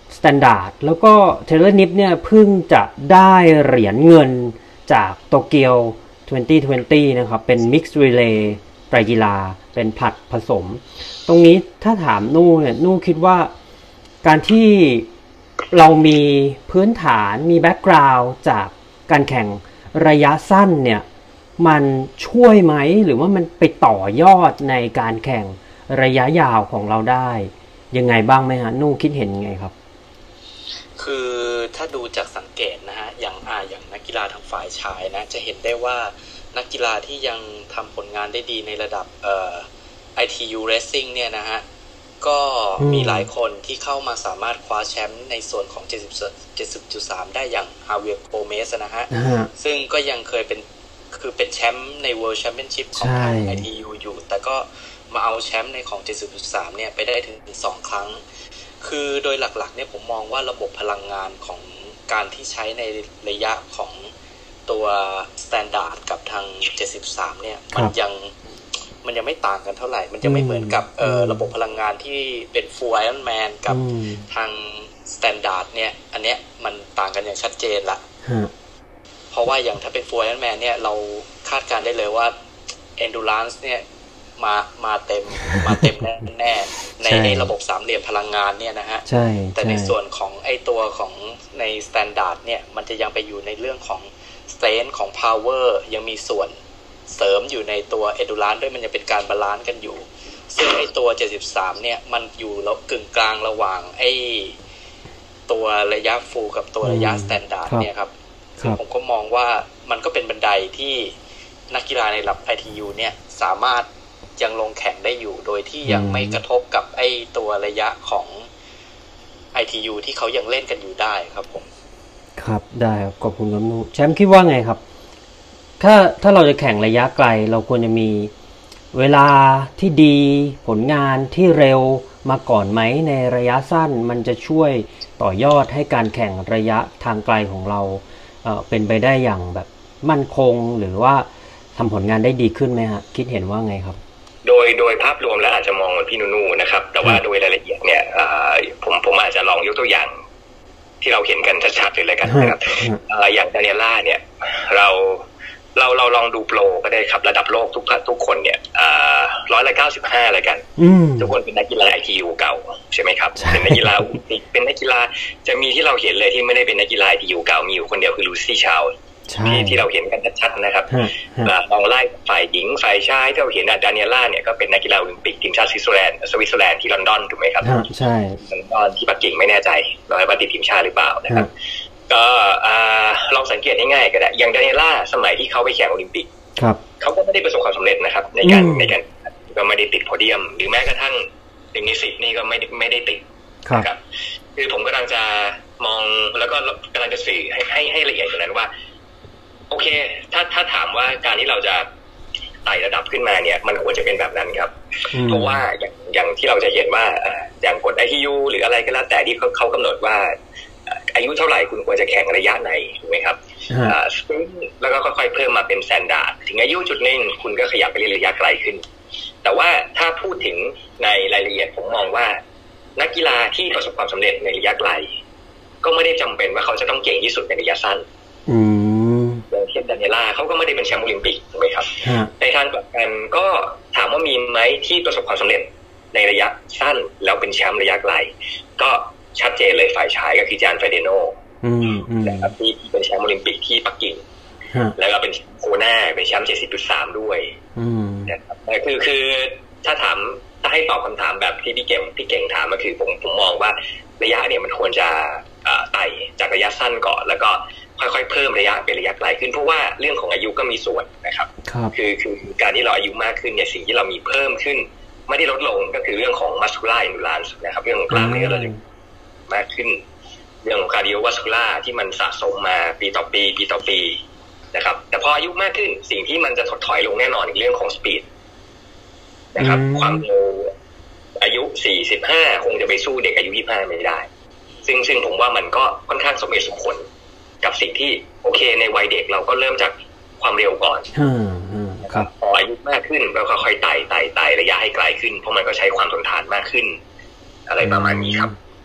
สแตนดาร์ดแล้วก็เทเลอร์นิปเนี่ยเพิ่งจะได้เหรียญเงินจากโตเกียวสองพันยี่สิบนะครับเป็นมิกซ์รีเลย์ไตรกีฬาเป็นผลัดผสมตรงนี้ถ้าถามนู่เนี่ยนู่คิดว่าการที่เรามีพื้นฐานมีแบ็กกราวด์จากการแข่งระยะสั้นเนี่ยมันช่วยไหมหรือว่ามันไปต่อยอดในการแข่งระยะยาวของเราได้ยังไงบ้างไหมฮะนู่คิดเห็นยังไงครับคือถ้าดูจากสังเกตนะฮะอย่างอ่าอย่างนักกีฬาทางฝ่ายชายนะจะเห็นได้ว่านักกีฬาที่ยังทำผลงานได้ดีในระดับเอ่อ ไอ ที ยู Racing เนี่ยนะฮะก็มีหลายคนที่เข้ามาสามารถคว้าแชมป์ในส่วนของ เจ็ดสิบจุดสาม ได้อย่างฮาเวียร์โกเมสนะฮะซึ่งก็ยังเคยเป็นคือเป็นแชมป์ใน World Championship ของทาง ไอ ที ยู อยู่แต่ก็มาเอาแชมป์ในของ เจ็ดสิบจุดสาม เนี่ยไปได้ถึงสองครั้งคือโดยหลักๆเนี่ยผมมองว่าระบบพลังงานของการที่ใช้ในระยะของตัว Standard กับทางเจ็ดสิบสามเนี่ยมันยังมันยังไม่ต่างกันเท่าไหร่มันจะไม่เหมือนกับเอ่อระบบพลังงานที่เป็น Full Ironman กับทาง Standard เนี่ยอันเนี้ยมันต่างกันอย่างชัดเจนละเพราะว่าอย่างถ้าเป็น Full Ironman เนี่ยเราคาดการได้เลยว่า Endurance เนี่ยมามาเต็มมาเต็มแน่แน่ในในระบบสามเหลี่ยมพลังงานเนี่ยนะฮะใช่แต่ในส่วนของไอตัวของใน Standard เนี่ยมันจะยังไปอยู่ในเรื่องของ Strength ของ Power ยังมีส่วนเสริมอยู่ในตัว Endurance ด้วยมันยังเป็นการบาลานซ์กันอยู่ซึ่งไอตัวเจ็ดสิบสามเนี่ยมันอยู่แล้วกึ่งกลางระหว่างไอตัวระยะ Full กับตัวระยะ Standard เนี่ยครับซึ่งผมก็มองว่ามันก็เป็นบันไดที่นักกีฬาในระดับ ไอ ที ยู เนี่ยสามารถยังลงแข่งได้อยู่โดยที่ยังไม่กระทบกับไอตัวระยะของ ไอ ที ยู ที่เขายังเล่นกันอยู่ได้ครับผมครับได้ครับขอบคุณครับนุแชมป์คิดว่าไงครับถ้าถ้าเราจะแข่งระยะไกลเราควรจะมีเวลาที่ดีผลงานที่เร็วมาก่อนไหมในระยะสั้นมันจะช่วยต่อยอดให้การแข่งระยะทางไกลของเราเอ่อเป็นไปได้อย่างแบบมั่นคงหรือว่าทำผลงานได้ดีขึ้นไหมฮะคิดเห็นว่าไงครับโดยโดยภาพรวมแล้วอาจจะมองเหมือนพี่นูนูนะครับแต่ว่าโดยรายละเอียดเนี่ยผมผมอาจจะลองยกตัวอย่างที่เราเห็นกันชัดๆเลยเลยกันนะครับอย่างดาเนียล่าเนี่ยเราเราเราลองดูโปรก็ได้ครับระดับโลกทุกทุกคนเนี่ยร้อยละเก้าสิบห้าเลยกันทุกคนเป็นนักกีฬา ไอ ที ยู เก่าใช่ไหมครับเป็นนักกีฬาเป็นนักกีฬาจะมีที่เราเห็นเลยที่ไม่ได้เป็นนักกีฬา ไอ ที ยู เก่ามีอยู่คนเดียวคือลูซี่ชาวที่ที่เราเห็นกันชัดๆนะครับลองไล่ฝ่ายหญิงฝ่ายชายที่เราเห็นดาเนียล่าเนี่ยก็เป็นนักกีฬาโอลิมปิกทีมชาติสวิตเซอร์แลนด์สวิตเซอร์แลนด์ที่ลอนดอนถูกไหมครับใช่ลอนดอนที่ปักกิ่งไม่แน่ใจเราให้ว่าติดทีมชาติหรือเปล่านะครับก็ลองสังเกตง่ายๆก็ได้อย่างดาเนียล่าสมัยที่เขาไปแข่งโอลิมปิกเขาก็ไม่ได้ประสบความสำเร็จนะครับในการในการก็ไม่ได้ติดโพเดียมหรือแม้กระทั่งหนึ่งในสิบนี่ก็ไม่ไม่ได้ติดนะครับคือผมกำลังจะมองแล้วก็กำลังจะสื่อให้ให้ให้ละเอียดกว่านั้นว่าโอเคถ้าถ้าถามว่าการที่เราจะไต่ระดับขึ้นมาเนี่ยมันควรจะเป็นแบบนั้นครับเพราะว่าอย่างอย่างที่เราจะเห็นว่าอย่างกฎ ไอ ที ยู หรืออะไรก็แล้วแต่ที่เขาเขากำหนดว่าอายุเท่าไหร่คุณควรจะแข่งระยะไหนถูกไหมครับแล้วก็ค่อยๆเพิ่มมาเป็นสแตนดาร์ดถึงอายุจุดนึงคุณก็ขยับไปเล่นระยะไกลขึ้นแต่ว่าถ้าพูดถึงในรายละเอียดผมมองว่านักกีฬาที่ประสบความสำเร็จในระยะไกลก็ไม่ได้จำเป็นว่าเขาจะต้องเก่งที่สุดในระยะสั้นอย่างเช่นดาเนียล่าเขาก็ไม่ได้เป็นแชมป์โอลิมปิกถูกไหมครับในทางกลับกันก็ถามว่ามีไหมที่ประสบความสำเร็จในระยะสั้นแล้วเป็นแชมป์ระยะไกลก็ชัดเจนเลยฝ่ายชายก็คือจานไฟเดโนนะครับที่เป็นแชมป์โอลิมปิกที่ปักกิ่งแล้วก็เป็นโคน่าเป็นแชมป์ เจ็ดสิบจุดสาม ด้วยนะครับคือคือถ้าถามถ้าให้ตอบคำถามแบบที่พี่เก่งพี่เก่งถามก็คือผมผมมองว่าระยะเนี่ยมันควรจะไต่จากระยะสั้นก่อนแล้วก็ค่อยๆเพิ่มระยะเป็นระยะไกลขึ้นเพราะว่าเรื่องของอายุก็มีส่วนนะครับคือคือการที่เราอายุมากขึ้นเนี่ยสิ่งที่เรามีเพิ่มขึ้นไม่ได้ลดลงก็คือเรื่องของ muscular endurance นะครับเรื่องของกล้ามเนื้อเราจะมากขึ้นเรื่องของ cardiovascular ที่มันสะสมมาปีต่อปีปีต่อปีนะครับแต่พออายุมากขึ้นสิ่งที่มันจะถดถอยลงแน่นอนอีกเรื่องของ speed นะครับความเร็วอายุสี่สิบห้าคงจะไปสู้เด็กอายุยี่สิบห้าไม่ได้ซึ่งซึ่งผมว่ามันก็ค่อนข้างสมเหตุสมผลกับสิ่งที่โอเคในวัยเด็กเราก็เริ่มจากความเร็วก่อนครับพออายุมากขึ้นเราก็ค่อยไต่ไต่ไต่ระยะให้ไกลขึ้นเพราะมันก็ใช้ความทนทานมากขึ้นอะไรประมาณนี้ครับ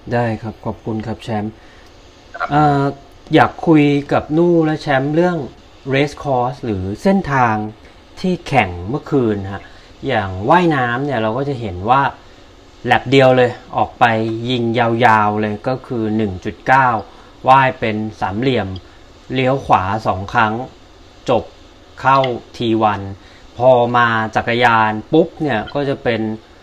ได้ครับขอบคุณครับแชมป์อ่าอยากคุยกับนู่และแชมป์เรื่อง race course หรือเส้นทางที่แข่งเมื่อคืนฮะอย่างว่ายน้ำเนี่ยเราก็จะเห็นว่าแลปเดียวเลยออกไปยิงยาวๆเลยก็คือ หนึ่งจุดเก้า ว่ายเป็นสามเหลี่ยมเลี้ยวขวาสองครั้งจบเข้า ที วัน พอมาจักรยานปุ๊บเนี่ยก็จะเป็น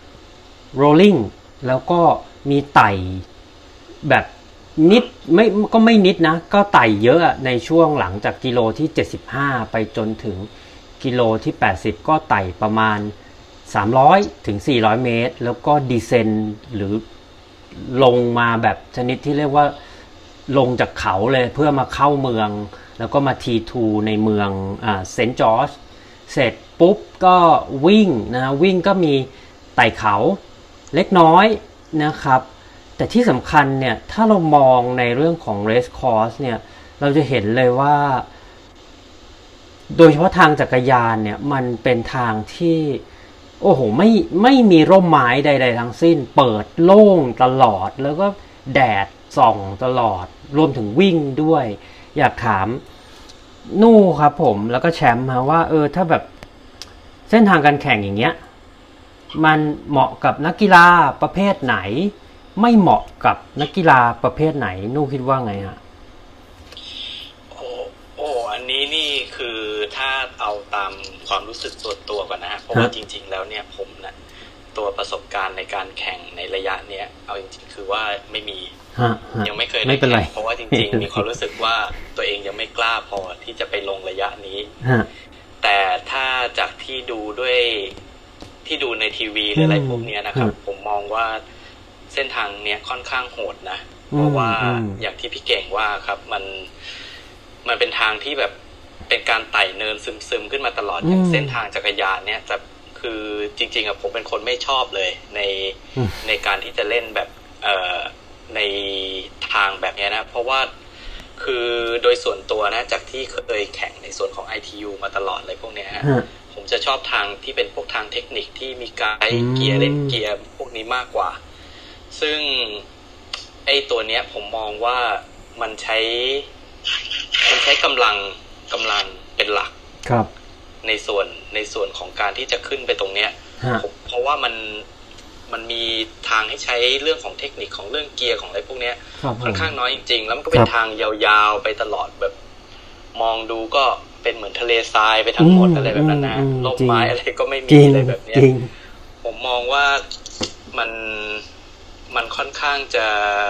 rolling แล้วก็มีไต่แบบนิดไม่ก็ไม่นิดนะก็ไต่เยอะในช่วงหลังจากกิโลที่เจ็ดสิบห้าไปจนถึงกิโลที่แปดสิบก็ไต่ประมาณสามร้อยถึงสี่ร้อยเมตรแล้วก็ดีเซนหรือลงมาแบบชนิดที่เรียกว่าลงจากเขาเลยเพื่อมาเข้าเมืองแล้วก็มา ที ทู ในเมืองอ่าเซนต์จอร์จเสร็จปุ๊บก็วิ่งนะวิ่งก็มีไต่เขาเล็กน้อยนะครับแต่ที่สำคัญเนี่ยถ้าเรามองในเรื่องของ race course เนี่ยเราจะเห็นเลยว่าโดยเฉพาะทางจักรยานเนี่ยมันเป็นทางที่โอ้โหไม่ไม่มีร่มไม้ใดๆทั้งสิ้นเปิดโล่งตลอดแล้วก็แดดส่องตลอดรวมถึงวิ่งด้วยอยากถามนู่ครับผมแล้วก็แชมป์ฮะว่าเออถ้าแบบเส้นทางการแข่งอย่างเงี้ยมันเหมาะกับนักกีฬาประเภทไหนไม่เหมาะกับนักกีฬาประเภทไหนนู่คิดว่าไงฮะโอ้โอ้อันนี้นี่คือถ้าเอาตามความรู้สึกตัวตัวก่อนนะฮะเพราะว่าจริงๆแล้วเนี่ยผมนะตัวประสบการณ์ในการแข่งในระยะเนี้ยเอาจริงๆคือว่าไม่มียังไม่เคยได้แข่งเพราะว่าจริงๆมีความรู้สึกว่าตัวเองยังไม่กล้าพอที่จะไปลงระยะนี้แต่ถ้าจากที่ดูด้วยที่ดูในทีวีหรืออะไรพวกนี้นะครับผมมองว่าเส้นทางเนี้ยค่อนข้างโหดนะเพราะว่าอย่างที่พี่เก่งว่าครับมันมันเป็นทางที่แบบเป็นการไต่เนินซึมๆขึ้นมาตลอดอย่างเส้นทางจักรยานเนี่ยจะคือจริงๆอะผมเป็นคนไม่ชอบเลยในในการที่จะเล่นแบบเอ่อในทางแบบนี้นะเพราะว่าคือโดยส่วนตัวนะจากที่เคยแข่งในส่วนของ ไอ ที ยู มาตลอดอะไรพวกเนี้ยฮะผมจะชอบทางที่เป็นพวกทางเทคนิคที่มีไกด์เกียร์เล่นเกียร์พวกนี้มากกว่าซึ่งไอ้ตัวเนี้ยผมมองว่ามันใช้มันใช้กำลังกำลังเป็นหลักครับในส่วนในส่วนของการที่จะขึ้นไปตรงเนี้ยเพราะว่ามันมันมีทางให้ใช้เรื่องของเทคนิคของเรื่องเกียร์ของอะไรพวกเนี้ยค่อนข้างน้อยจริงๆแล้วมันก็เป็นทางยาวๆไปตลอดแบบมองดูก็เป็นเหมือนทะเลทรายไปทั้งหมดอะไรแบบนั้นนะร่มไม้อะไรก็ไม่มีอะไรแบบเนี้ยผมมองว่ามันมันค่อนข้างจะ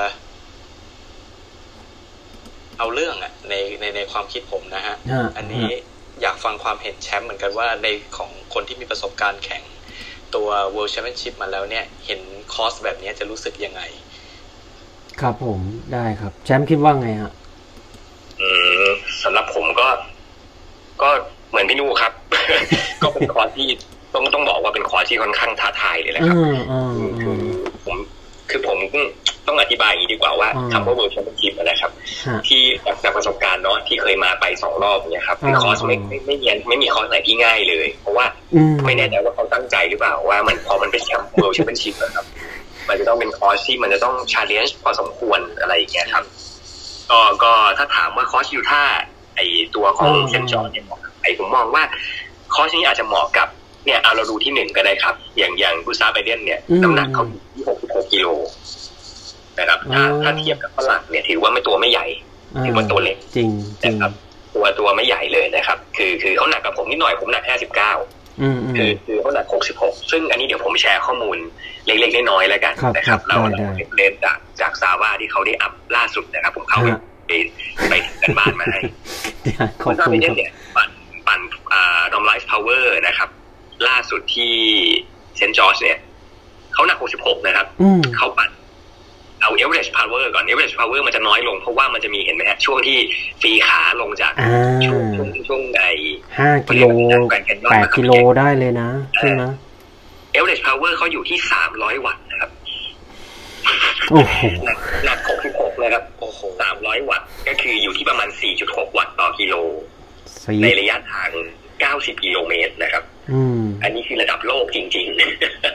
เอาเรื่องอะในในในความคิดผมนะฮะอันนี้อยากฟังความเห็นแชมป์เหมือนกันว่าในของคนที่มีประสบการณ์แข่งตัว World Championship มาแล้วเนี่ยเห็นคอร์สแบบนี้จะรู้สึกยังไงครับผมได้ครับแชมป์คิดว่าไงฮะอืมสำหรับผมก็ก็เหมือนพี่นูครับ ก็เป็นคอร์สที่ต้องต้องบอกว่าเป็นคอร์สที่ค่อนข้างท้าทายเลยนะครับคือผมคือผมต้องอธิบายอย่างนี้ดีกว่าว่าคำว่า World Championship นะครับที่จากประสบการณ์เนาะที่เคยมาไปสองรอบเนี่ยครับคือคอร์สไม่ไม่ไม่มีไม่มีคอร์สไหนที่ง่ายเลยเพราะว่าไม่แน่ใจว่าเขาตั้งใจหรือเปล่าว่ามันพอมันเป็นแชมป์ World Championship นะครับมันจะต้องเป็นคอร์สที่มันจะต้อง challenge พอสมควรอะไรอย่างเงี้ยครับก็ก็ถ้าถามว่าคอร์สยูท่าไอตัวของเซนต์จอร์จเนี่ยไอผมมองว่าคอร์สนี้อาจจะเหมาะกับเนี่ยเอาเราดูที่หนึ่งก็ได้ครับอย่างอย่างบูซาไบเดนเนี่ยน้ำหนักเขาอยู่ที่หกสิบหกกิโลนะครับถ้าถ้าเทียบกับฝรั่งเนี่ยถือว่าไม่ตัวไม่ใหญ่ถือว่าตัวเล็กจริงนะครับตัวตัวไม่ใหญ่เลยนะครับคือคือเขาหนักกับผมนิดหน่อยผมหนักห้าสิบเก้าคือคือเขาหนักหกสิบหกซึ่งอันนี้เดี๋ยวผมแชร์ข้อมูลเล็กๆน้อยๆแล้วกันนะครับเราเรียนจากจากซาว่าที่เขาได้อัพล่าสุดนะครับผมเข้าไปไปกันบ้านมาให้บูซาไบเดนเนี่ยปั่นปั่นอ่า normalized power นะครับล่าสุดที่เซนต์จอร์จเนี่ยเขาหนักหกสิบหกนะครับเขาปั่นเอา average power ก่อน average power มันจะน้อยลงเพราะว่ามันจะมีเห็นไหมฮะช่วงที่ฟีขาลงจากช่วงช่วงช่วงไอ้ห้ากิโลแปดกิโลได้เลยนะใช่ไหม average power เขาอยู่ที่สามร้อยวัตต์นะครับโอ้โหหนักหกสิบหกนะครับโอ้โหสามร้อยวัตต์ก็คืออยู่ที่ประมาณ สี่จุดหก วัตต์ต่อกิโลในระยะทางเก้าสิบกิโลเมตรนะครับอันนี้คือระดับโลกจริงๆ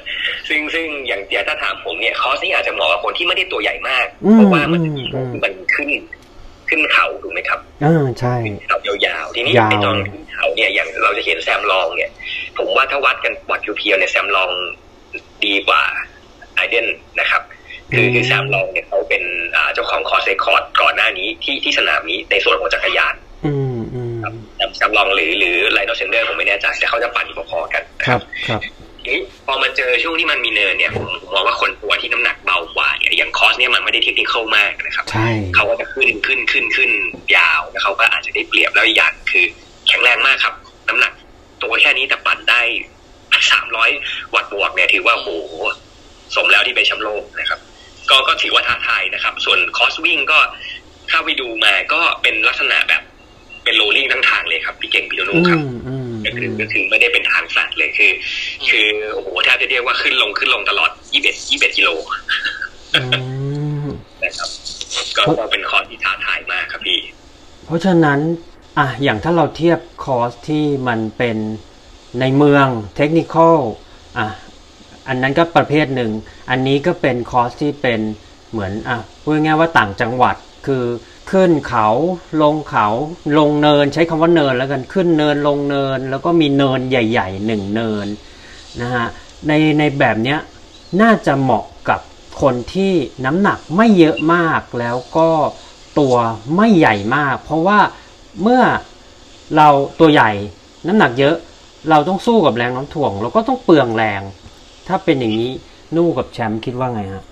ซึ่งซึ่งอย่างอย่างถ้าถามผมเนี่ยคอร์สนี้อาจจะเหมาะกับคนที่ไม่ได้ตัวใหญ่มากเพราะว่ามันมันขึ้นขึ้นเขาถูกไหมครับอ่าใช่เขายาวๆทีนี้ไอ้ตอนขึ้นเขาเนี่ยอย่างเราจะเห็นแซมลองเนี่ยผมว่าถ้าวัดกันวัดเพียวๆเนี่ยแซมลองดีกว่าไอเดนนะครับคือคือแซมลองเนี่ยเขาเป็นเจ้าของคอร์สเรคคอร์ดก่อนหน้านี้ที่ที่สนามนี้ในส่วนของจักรยานอืมอืมแซมลองหรือหรือไลโนเซนเดอร์ผมไม่แน่ใจแต่เขาจะปั่นพอๆกันครับครับทีนี้พอมาเจอช่วงที่มันมีเนินเนี่ยผมผมมองว่าคนตัวที่น้ำหนักเบากว่าเนี่ยอย่างคอร์สเนี่ยมันไม่ได้เทคนิคมากนะครับใช่เขาก็จะขึ้นขึ้นขึ้นขึ้นยาวแล้วเขาก็อาจจะได้เปรียบแล้วอย่างคือแข็งแรงมากครับน้ำหนักตัวแค่นี้แต่ปั่นได้สามร้อยวัตต์บวกเนี่ยถือว่าโหสมแล้วที่เป็นแชมป์โลกนะครับก็ก็ถือว่าท้าทายนะครับส่วนคอร์สวิ่งก็ถ้าไปดูมาก็เป็นลักษณะแบบเป็นโรลลิ่งทั้งทางเลยครับพี่เก่งพี่โนโน่ครับก็คือก็คือไม่ได้เป็นทางสัตว์เลยคือคือโอ้โหแทบจะเรียกว่าขึ้นลงขึ้นลงตลอดยี่สิบเอ็ด ยี่สิบเอ็ดกิโลนะครับก็เป็นคอร์สที่ท้าทายมากครับพี่เพราะฉะนั้นอ่ะอย่างถ้าเราเทียบคอร์สที่มันเป็นในเมืองเทคนิคอลอ่ะอันนั้นก็ประเภทหนึ่งอันนี้ก็เป็นคอร์สที่เป็นเหมือนอ่ะพูดง่ายๆว่าต่างจังหวัดคือขึ้นเขาลงเขาลงเนินใช้คำว่าเนินแล้วกันขึ้นเนินลงเนินแล้วก็มีเนินใหญ่ๆหนึ่งเนินนะฮะในในแบบเนี้ยน่าจะเหมาะกับคนที่น้ำหนักไม่เยอะมากแล้วก็ตัวไม่ใหญ่มากเพราะว่าเมื่อเราตัวใหญ่น้ำหนักเยอะเราต้องสู้กับแรงโน้มถ่วงเราก็ต้องเปลืองแรงถ้าเป็นอย่างนี้นู่กับแชมป์คิดว่าไงฮะ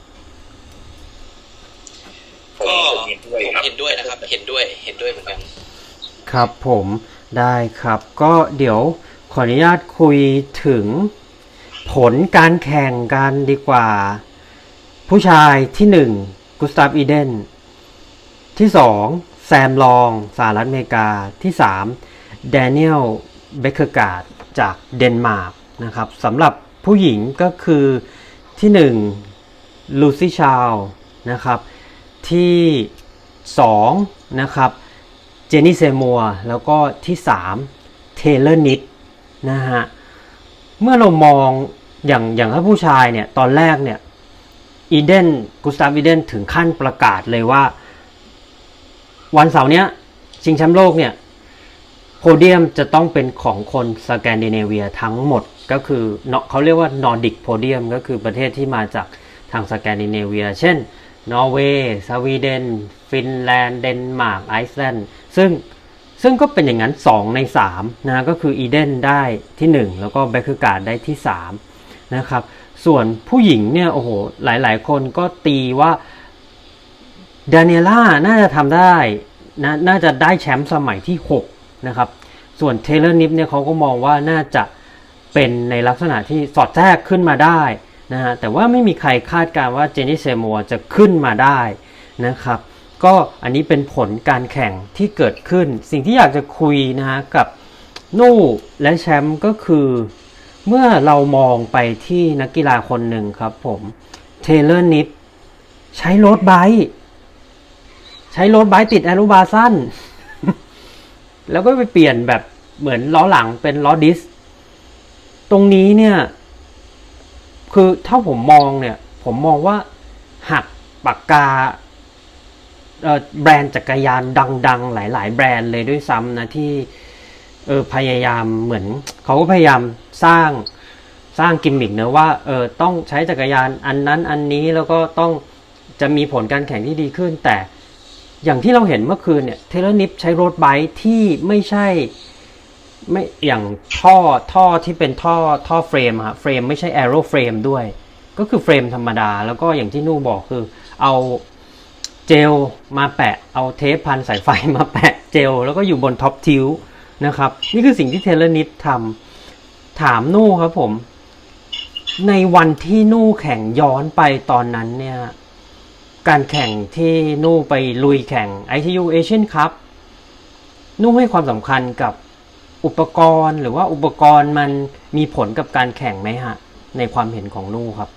ก็ผมเห็นด้วยนะครับเห็นด้วยเห็นด้วยเหมือนกันครับผมได้ครับก็เดี๋ยวขออนุญาตคุยถึงผลการแข่งกันดีกว่าผู้ชายที่หนึ่งกุสตาฟอีเดนที่สองแซมลองสหรัฐอเมริกาที่สามแดเนียลเบคเคอร์การ์ดจากเดนมาร์กนะครับสำหรับผู้หญิงก็คือที่หนึ่งลูซี่ชาวนะครับที่สองนะครับเจนนี่เซมัวแล้วก็ที่สามเทเลอร์นิดนะฮะเมื่อเรามองอย่างอย่างถ้าผู้ชายเนี่ยตอนแรกเนี่ยอีเดนกุสตาฟอีเดนถึงขั้นประกาศเลยว่าวันเสาร์เนี้ยชิงแชมป์โลกเนี่ยโพเดียมจะต้องเป็นของคนสแกนดิเนเวียทั้งหมดก็คือเขาเรียกว่านอร์ดิกโพเดียมก็คือประเทศที่มาจากทางสแกนดิเนเวียเช่นนอร์เวย์สวีเดนฟินแลนด์เดนมาร์กไอซ์แลนด์ซึ่งซึ่งก็เป็นอย่างนั้นสองในสามนะก็คืออีเดนได้ที่หนึ่งแล้วก็เบคเคอร์การ์ดได้ที่สามนะครับส่วนผู้หญิงเนี่ยโอ้โหหลายๆคนก็ตีว่าดาเนียล่าน่าจะทำได้นะน่าจะได้แชมป์สมัยที่หกนะครับส่วนเทเลอร์นิฟเนี่ยเขาก็มองว่าน่าจะเป็นในลักษณะที่สอดแทรกขึ้นมาได้นะฮะแต่ว่าไม่มีใครคาดการณ์ว่าเจนนี่เซมัวจะขึ้นมาได้นะครับก็อันนี้เป็นผลการแข่งที่เกิดขึ้นสิ่งที่อยากจะคุยนะฮะกับนู่และแชมป์ก็คือเมื่อเรามองไปที่นักกีฬาคนหนึ่งครับผมเทเลอร์นิฟใช้โรดไบค์ใช้โรดไบค์ติดแอโรบาร์สั้น แล้วก็ไปเปลี่ยนแบบเหมือนล้อหลังเป็นล้อดิสตรงนี้เนี่ยคือถ้าผมมองเนี่ยผมมองว่าหักปากกาเอ่อแบรนด์จักรยานดังๆหลายๆแบรนด์เลยด้วยซ้ำนะที่เออพยายามเหมือนเขาก็พยายามสร้างสร้างกิมมิคนะว่าเออต้องใช้จักรยานอันนั้นอันนี้แล้วก็ต้องจะมีผลการแข่งที่ดีขึ้นแต่อย่างที่เราเห็นเมื่อคืนเนี่ยเทเลอร์นิฟใช้โรดไบค์ที่ไม่ใช่ไม่อย่างท่อท่อที่เป็นท่อท่อเฟรมฮะเฟรมไม่ใช่แอโรเฟรมด้วยก็คือเฟรมธรรมดาแล้วก็อย่างที่นู่บอกคือเอาเจลมาแปะเอาเทปพันสายไฟมาแปะเจลแล้วก็อยู่บนท็อปทิวนะครับนี่คือสิ่งที่เทเลอร์นิฟทำถามนู่ครับผมในวันที่นู่แข่งย้อนไปตอนนั้นเนี่ยการแข่งที่นู่ไปลุยแข่ง ไอ ที ยู Asian Cup นู่ให้ความสำคัญกับอุปกรณ์หรือว่าอุปกรณ์มันมีผลกับการแข่งไหมฮะในความเห็นของนู่ครับ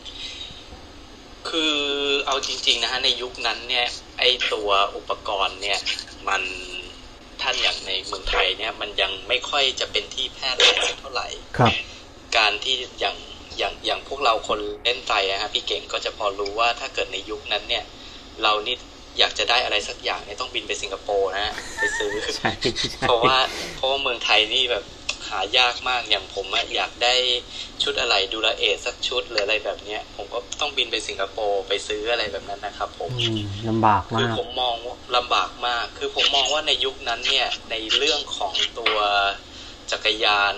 คือเอาจริงๆนะฮะในยุคนั้นเนี่ยไอตัวอุปกรณ์เนี่ยมันท่านอย่างในเมืองไทยเนี่ยมันยังไม่ค่อยจะเป็นที่แพร่หลายเท่าไหร่ครับการที่อย่างอย่างอย่างพวกเราคนเล่นไตอะฮะพี่เก่งก็จะพอรู้ว่าถ้าเกิดในยุคนั้นเนี่ยเรานี่อยากจะได้อะไรสักอย่างเนี่ยต้องบินไปสิงคโปร์นะไปซื้อ เพราะว่าเพราะว่าเมืองไทยนี่แบบหายากมากอย่างผมอะอยากได้ชุดอะไรดูลาเอทสักชุดหรืออะไรแบบเนี้ยผมก็ต้องบินไปสิงคโปร์ไปซื้ออะไรแบบนั้นนะครับผมลำบากมากคือผมมองลำบากมากคือผมมองว่าในยุคนั้นเนี่ยในเรื่องของตัวจักรยาน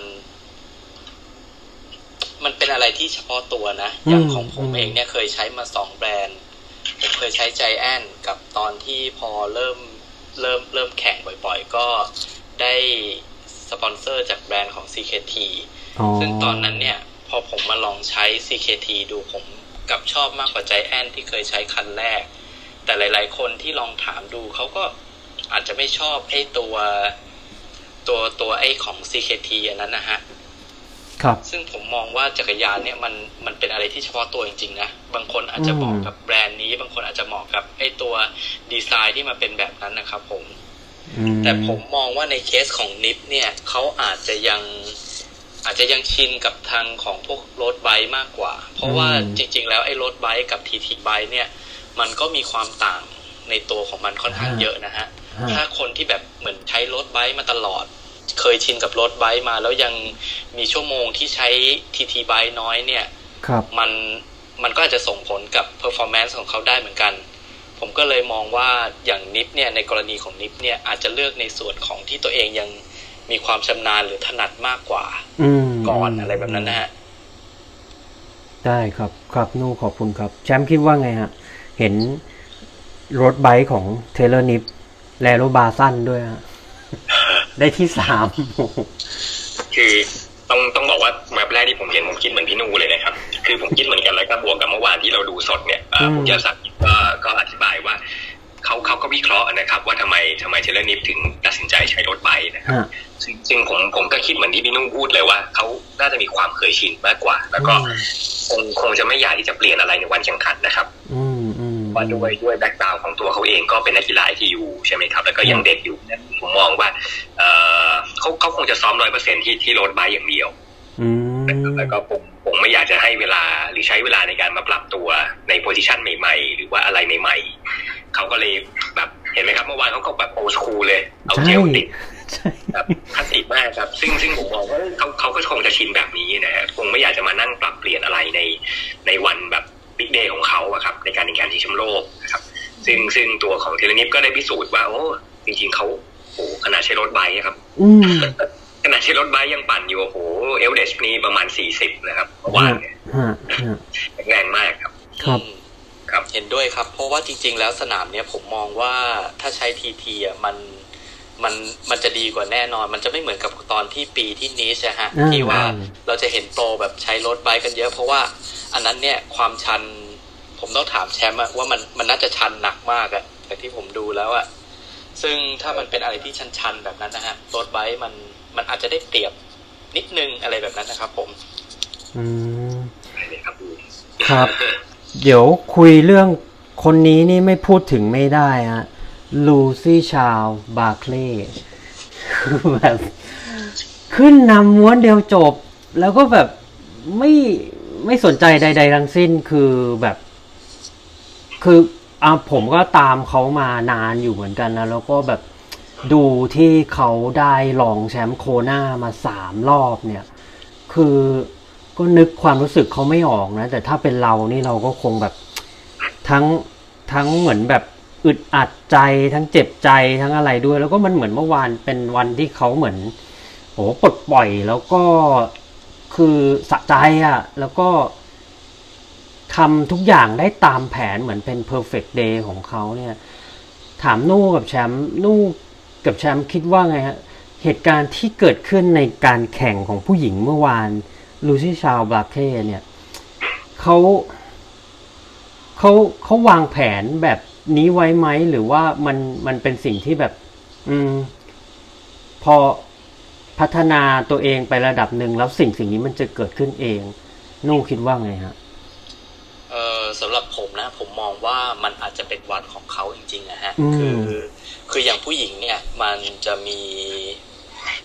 มันเป็นอะไรที่เฉพาะตัวนะอย่างของผมเองเนี่ยเคยใช้มาสองแบรนด์ผมเคยใช้ใจแอนกับตอนที่พอเริ่มเริ่มเริ่มแข่งบ่อยๆก็ได้สปอนเซอร์จากแบรนด์ของ ซี เค ที ซึ่งตอนนั้นเนี่ยพอผมมาลองใช้ ซี เค ที ดูผมกลับชอบมากกว่าใจแอนที่เคยใช้คันแรกแต่หลายๆคนที่ลองถามดูเขาก็อาจจะไม่ชอบไอ้ตัวตัวตัวไอ้ของ ซี เค ที อันนั้นนะฮะครับซึ่งผมมองว่าจักรยานเนี่ยมันมันเป็นอะไรที่เฉพาะตัวจริงๆนะบางคนอาจจะเหมาะกับแบรนด์นี้บางคนอาจจะเหมาะกับไอ้ตัวดีไซน์ที่มาเป็นแบบนั้นนะครับผมแต่ผมมองว่าในเคสของนิปเนี่ยเขาอาจจะยังอาจจะยังชินกับทางของพวกโรดไบค์มากกว่าเพราะว่าจริงๆแล้วไอ้โรดไบค์กับ ที ที ไบค์เนี่ยมันก็มีความต่างในตัวของมันค่อนข้างเยอะนะฮะถ้าคนที่แบบเหมือนใช้โรดไบค์มาตลอดเคยชินกับโรดไบค์มาแล้วยังมีชั่วโมงที่ใช้ ที ที ไบค์น้อยเนี่ยมันมันก็อาจจะส่งผลกับ performance ของเขาได้เหมือนกันผมก็เลยมองว่าอย่างนิปเนี่ยในกรณีของนิปเนี่ยอาจจะเลือกในส่วนของที่ตัวเองยังมีความชำนาญหรือถนัดมากกว่าก่อนอะไรแบบนั้นนะฮะได้ครับครับนู่ขอบคุณครับแชมป์คิดว่าไงฮะเห็นรถไบค์ของเทเลอร์นิปแลโรบาสั้นด้วยฮะได้ที่สามคือต้องต้องบอกว่าแวบแรกที่ผมเห็นผมคิดเหมือนพี่นูเลยนะครับคือผมคิดเหมือนกันแล้วก็บวกกับเมื่อวานที่เราดูสดเนี่ยผมจะสักก็ก็อธิบายว่าเขาเขาก็วิเคราะห์นะครับว่าทำไมทำไมเทเลอร์นิปถึงตัดสินใจใช้รถไบค์นะครับซึ่งซึ่งผมผมก็คิดเหมือนที่พี่นุ่งพูดเลยว่าเขาน่าจะมีความเคยชินมากกว่าแล้วก็คงคงจะไม่อยากที่จะเปลี่ยนอะไรในวันแข่งขันนะครับว่าด้วยด้วยแบ็คกราวด์ของตัวเขาเองก็เป็นนักกีฬาที่อยู่ใช่ไหมครับแล้วก็ยังเด็กอยู่นั้นผมมองว่าเออเขาเขาคงจะซ้อมร้อยเปอร์เซ็นต์ที่ที่รถไบค์อย่างเดียวแล้วก็ผมผมไม่อยากจะให้เวลาหรือใช้เวลาในการมาปรับตัวในโพสิชันใหม่ๆหรือว่าอะไรใหม่ๆเขาก็เลยแบบเห็นไหมครับเมื่อวานเขาก็แบบโอสคูลเลยเอาเจลติดแบบคลาสสิกมากครับซึ่งซึ่งผมมองว่าเขาเขาก็คงจะชินแบบนี้นะฮะคงไม่อยากจะมานั่งปรับเปลี่ยนอะไรในในวันแบบบิ๊กเดย์ของเขาอะครับในการแข่งขันชิงแชมป์โลกนะครับซึ่งซึ่งตัวของเทเลนิปก็ได้พิสูจน์ว่าโอ้จริงๆเขาโอ้ขนาดใช้รถไบค์ครับขนาดใช้รถไบค์ยังปั่นอยู่โอ้โหเอลเดชนี่ประมาณสี่สิบนะครับเมื่อวานเนี่ยแข็งแรงมากครับครับครับเห็นด้วยครับเพราะว่าจริงๆแล้วสนามเนี้ยผมมองว่าถ้าใช้ ที ที อ่ะมันมันมันจะดีกว่าแน่นอนมันจะไม่เหมือนกับตอนที่ปีที่นิชนะฮะที่ว่าเราจะเห็นโปรแบบใช้รถไบค์กันเยอะเพราะว่าอันนั้นเนี่ยความชันผมต้องถามแชมป์ว่ามันมันน่าจะชันหนักมากอะแต่ที่ผมดูแล้วอะซึ่งถ้ามันเป็นอะไรที่ชันๆแบบนั้นนะฮะรถไบค์มันมันอาจจะได้เปรียบนิดนึงอะไรแบบนั้นนะครับผมอืมครับเดี๋ยวคุยเรื่องคนนี้นี่ไม่พูดถึงไม่ได้ฮะลูซี่ชาวบาร์เคลย์คือแบบขึ้นนำม้วนเดียวจบแล้วก็แบบไม่ไม่สนใจใดๆทั้งสิ้นคือแบบคืออ่ะผมก็ตามเขามานานอยู่เหมือนกันนะแล้วก็แบบดูที่เขาได้รองแชมป์โคน่ามาสามรอบเนี่ยคือก็นึกความรู้สึกเขาไม่ออกนะแต่ถ้าเป็นเรานี่เราก็คงแบบทั้งทั้งเหมือนแบบอึดอัดใจทั้งเจ็บใจทั้งอะไรด้วยแล้วก็มันเหมือนเมื่อวานเป็นวันที่เขาเหมือนโหปลดปล่อยแล้วก็คือสะใจอ่ะแล้วก็ทำทุกอย่างได้ตามแผนเหมือนเป็น perfect day ของเขาเนี่ยถามนู่กับแชมป์นู่กับแชมป์คิดว่าไงฮะเหตุการณ์ที่เกิดขึ้นในการแข่งของผู้หญิงเมื่อวานลูซี่ชาวบาร์เคลย์เนี่ยเขาเขาเขาวางแผนแบบนี้ไว้ไหมหรือว่ามันมันเป็นสิ่งที่แบบอืมพอพัฒนาตัวเองไประดับหนึ่งแล้วสิ่งสิ่งนี้มันจะเกิดขึ้นเองนู่คิดว่าไงฮะเออสำหรับผมนะผมมองว่ามันอาจจะเป็นวันของเขาจริงๆนะฮะคือคืออย่างผู้หญิงเนี่ยมันจะมี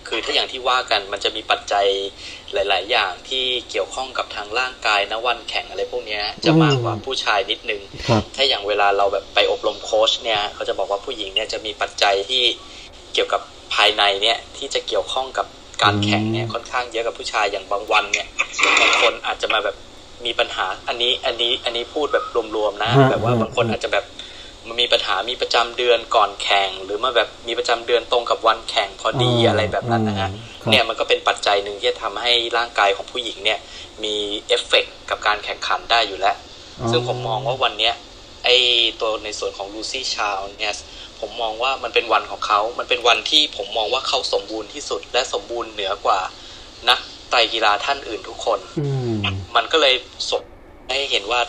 คือถ้าอย่างที่ว่ากันมันจะมีปัจจัยหลายๆอย่างที่เกี่ยวข้องกับทางร่างกายนะวันแข่งอะไรพวกนี้จะมากกว่าผู้ชายนิดนึงถ้าอย่างเวลาเราแบบไปอบรมโค้ชเนี่ยเขาจะบอกว่าผู้หญิงเนี่ยจะมีปัจจัยที่เกี่ยวกับภายในเนี่ยที่จะเกี่ยวข้องกับการแข่งเนี่ยค่อนข้างเยอะกับผู้ชายอย่างบางวันเนี่ยบางคนอาจจะมาแบบมีปัญหาอันนี้อันนี้อันนี้พูดแบบรวมๆนะแบบว่าบางคนอาจจะแบบมันมีปัญหามีประจำเดือนก่อนแข่งหรือมาแบบมีประจำเดือนตรงกับวันแข่งพอดีอะไรแบบนั้นนะฮะเนี่ยมันก็เป็นปัจจัยหนึ่งที่จะทำให้ร่างกายของผู้หญิงเนี่ยมีเอฟเฟกต์กับการแข่งขันได้อยู่แล้วซึ่งผมมองว่าวันเนี้ยไอ้ตัวในส่วนของลูซี่ชาลเนี่ยผมมองว่ามันเป็นวันของเขามันเป็นวันที่ผมมองว่าเขาสมบูรณ์ที่สุดและสมบูรณ์เหนือกว่านักไตรกีฬาท่านอื่นทุกคนมันก็เลยส่งให้เห็นว่า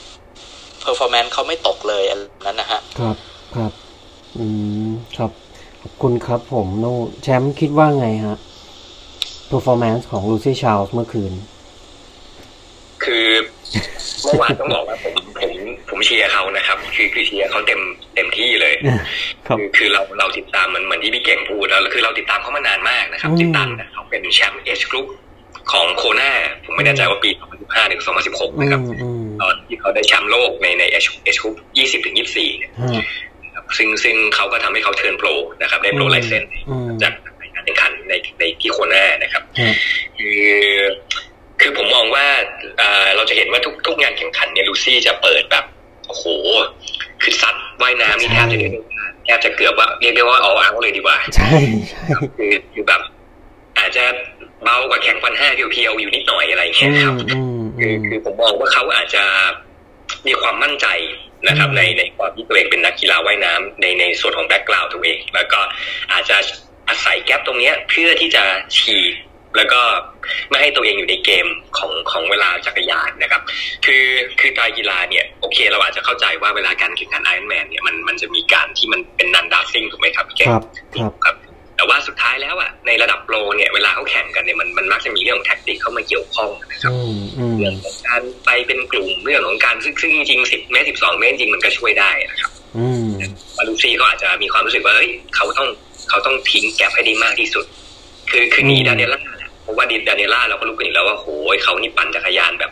performance เขาไม่ตกเลยอันนั้นนะฮะครับครับอืมครับขอบคุณครับผมโนแชมป์คิดว่าไงฮะ performance ของลูซี่ชาลส์เมื่อคืนคือเมื่อวานต้องบอกว่าผมผมผมเชียร์เขานะครับคือคือเชียร์เขาเต็มเต็มที่เลยคือคือเราเราติดตามมันเหมือนที่พี่เก่งพูดแล้วคือเราติดตามเขามานานมากนะครับติดตามนะเขาเป็นแชมป์เอชกรุ๊ปของโคนาผมไม่แน่ใจว่าปีสองพันสิบห้าหรือสองพันสิบหกนะครับตอนที่เขาได้แชมป์โลกในในเอชเอชกรุ๊ปยี่สิบถึงยี่สิบสี่เนี่ยซึ่งซึ่งเขาก็ทำให้เขาเทิร์นโปรนะครับได้โปรไลเซนส์จากการแข่งขันในในที่โคนานะครับคือคือผมมองว่าเราจะเห็นว่าทุกทุกงานแข่งขันเนี่ยลูซี่จะเปิดแบบโอ้โหคือซัดว่ายน้ำนี่แทบจะแทบจะเกือบว่าเรียกได้ว่าเอาเอาเลยดีกว่าใช่ใช่คือคือแบบอาจจะเบากว่าแข่งพันห้าเพียวๆอยู่นิดหน่อยอะไรอย่างเงี้ยครับคือคือผมมองว่าเขาอาจจะมีความมั่นใจนะครับในในความที่ตัวเองเป็นนักกีฬาว่ายน้ำในในส่วนของแบ็คกราวด์ตัวเองแล้วก็อาจจะอาศัยแกปตรงนี้เพื่อที่จะฉีกแล้วก็ไม่ให้ตัวเองอยู่ในเกมของของเวลาจักรยานนะครับคือคือการกีฬาเนี่ยโอเคเราอาจจะเข้าใจว่าเวลาการแข่งขันไอรอนแมนเนี่ยมันมันจะมีการที่มันเป็นนันดาซิ่งถูกไหมครับพี่ครับครับครับแต่ว่าสุดท้ายแล้วอ่ะในระดับโปรเนี่ยเวลาเขาแข่งกันเนี่ยมันมันมักจะมีเรื่องของแท็กติกเข้ามาเกี่ยวข้องนะครับเรื่องของการไปเป็นกลุ่มเรื่องของการซึ่งซึ่งจริงๆสิบเมตรสิบสองเมตรจริงมันก็ช่วยได้นะครับบาลูซี่ก็อาจจะมีความรู้สึกว่าเฮ้ยเขาต้องเขาต้องทิ้งแกปให้ได้มากที่สุดคือคือหนีดาเนล่าเพราะว่าดิดาเนล่าเราก็รู้กันอยู่แล้วว่าโหยเขานี่ปั่นจักรยานแบบ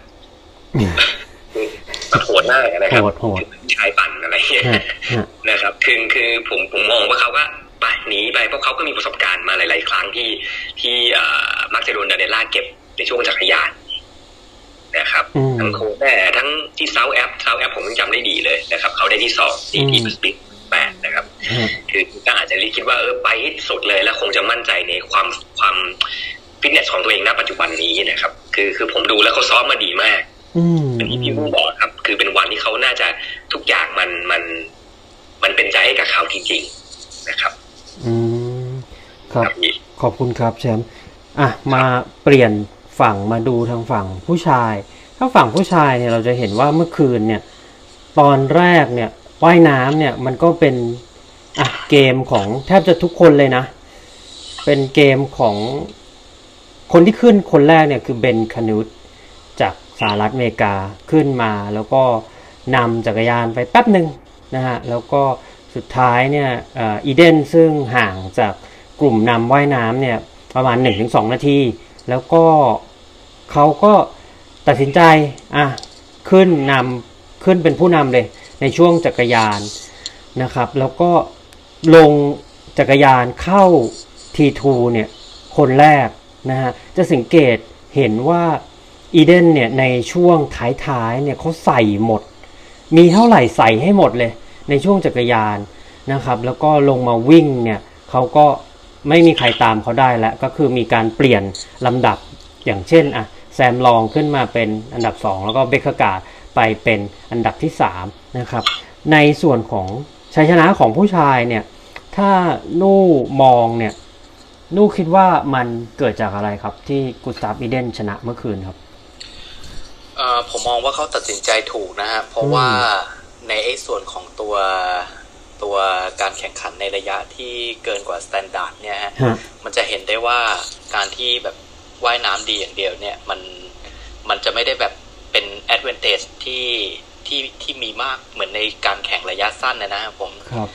แบบโหดมากนะครับชายปั่นอะไรเงี้ยนะครับคือคือผมผมมองว่าเขาก็ไปหนีไปเพราะเขาก็มีประสบการณ์มาหลายๆครั้งที่ที่มักจะโดนดาเนล่าเก็บในช่วงจักรยานนะครับทั้งโคแม่ทั้งที่เซาท์แอปเซาท์แอปผมยังจำได้ดีเลยนะครับเขาได้ที่สองที่ที่สปิดแปดนะครับคือก็อาจจะคิดว่าเออไปให้สุดเลยแล้วคงจะมั่นใจในความความฟิตเนสของตัวเองณปัจจุบันนี้นะครับคือคือผมดูแล้วเขาซ้อมมาดีมากเป็นที่พี่ผู้บอกครับคือเป็นวันที่เขาน่าจะทุกอย่างมันมันมันเป็นใจให้กับเขาจริงๆนะครับอืมครับขอบคุณครับแชมป์อ่ะมาเปลี่ยนฝั่งมาดูทางฝั่งผู้ชายถ้าฝั่งผู้ชายเนี่ยเราจะเห็นว่าเมื่อคืนเนี่ยตอนแรกเนี่ยว่ายน้ำเนี่ยมันก็เป็นอ่ะเกมของแทบจะทุกคนเลยนะเป็นเกมของคนที่ขึ้นคนแรกเนี่ยคือเบนคานูตจากสหรัฐอเมริกาขึ้นมาแล้วก็นำจักรยานไปแป๊บหนึ่งนะฮะแล้วก็สุดท้ายเนี่ยอีเดนซึ่งห่างจากกลุ่มนำว่ายน้ำเนี่ยประมาณ หนึ่งถึงสอง นาทีแล้วก็เขาก็ตัดสินใจอ่ะขึ้นนำขึ้นเป็นผู้นำเลยในช่วงจักรยานนะครับแล้วก็ลงจักรยานเข้า ที ทู เนี่ยคนแรกนะฮะจะสังเกตเห็นว่าอีเดนเนี่ยในช่วงท้ายๆเนี่ยเขาใส่หมดมีเท่าไหร่ใส่ให้หมดเลยในช่วงจักรยานนะครับแล้วก็ลงมาวิ่งเนี่ยเขาก็ไม่มีใครตามเขาได้แล้วก็คือมีการเปลี่ยนลำดับอย่างเช่นอ่ะแซมลองขึ้นมาเป็นอันดับสองแล้วก็เบคเคอร์การ์ดไปเป็นอันดับที่สามนะครับในส่วนของชัยชนะของผู้ชายเนี่ยถ้านู่มองเนี่ยนู่คิดว่ามันเกิดจากอะไรครับที่กุสตาฟอีเดนชนะเมื่อคืนครับเอ่อผมมองว่าเขาตัดสินใจถูกนะฮะเพราะว่าในไอ้ส่วนของตัวตัวการแข่งขันในระยะที่เกินกว่าสแตนดาร์ดเนี่ยฮะมันจะเห็นได้ว่าการที่แบบว่ายน้ำดีอย่างเดียวเนี่ยมันมันจะไม่ได้แบบเป็นแอดเวนเทจที่ที่ที่มีมากเหมือนในการแข่งระยะสั้นนะนะครับผม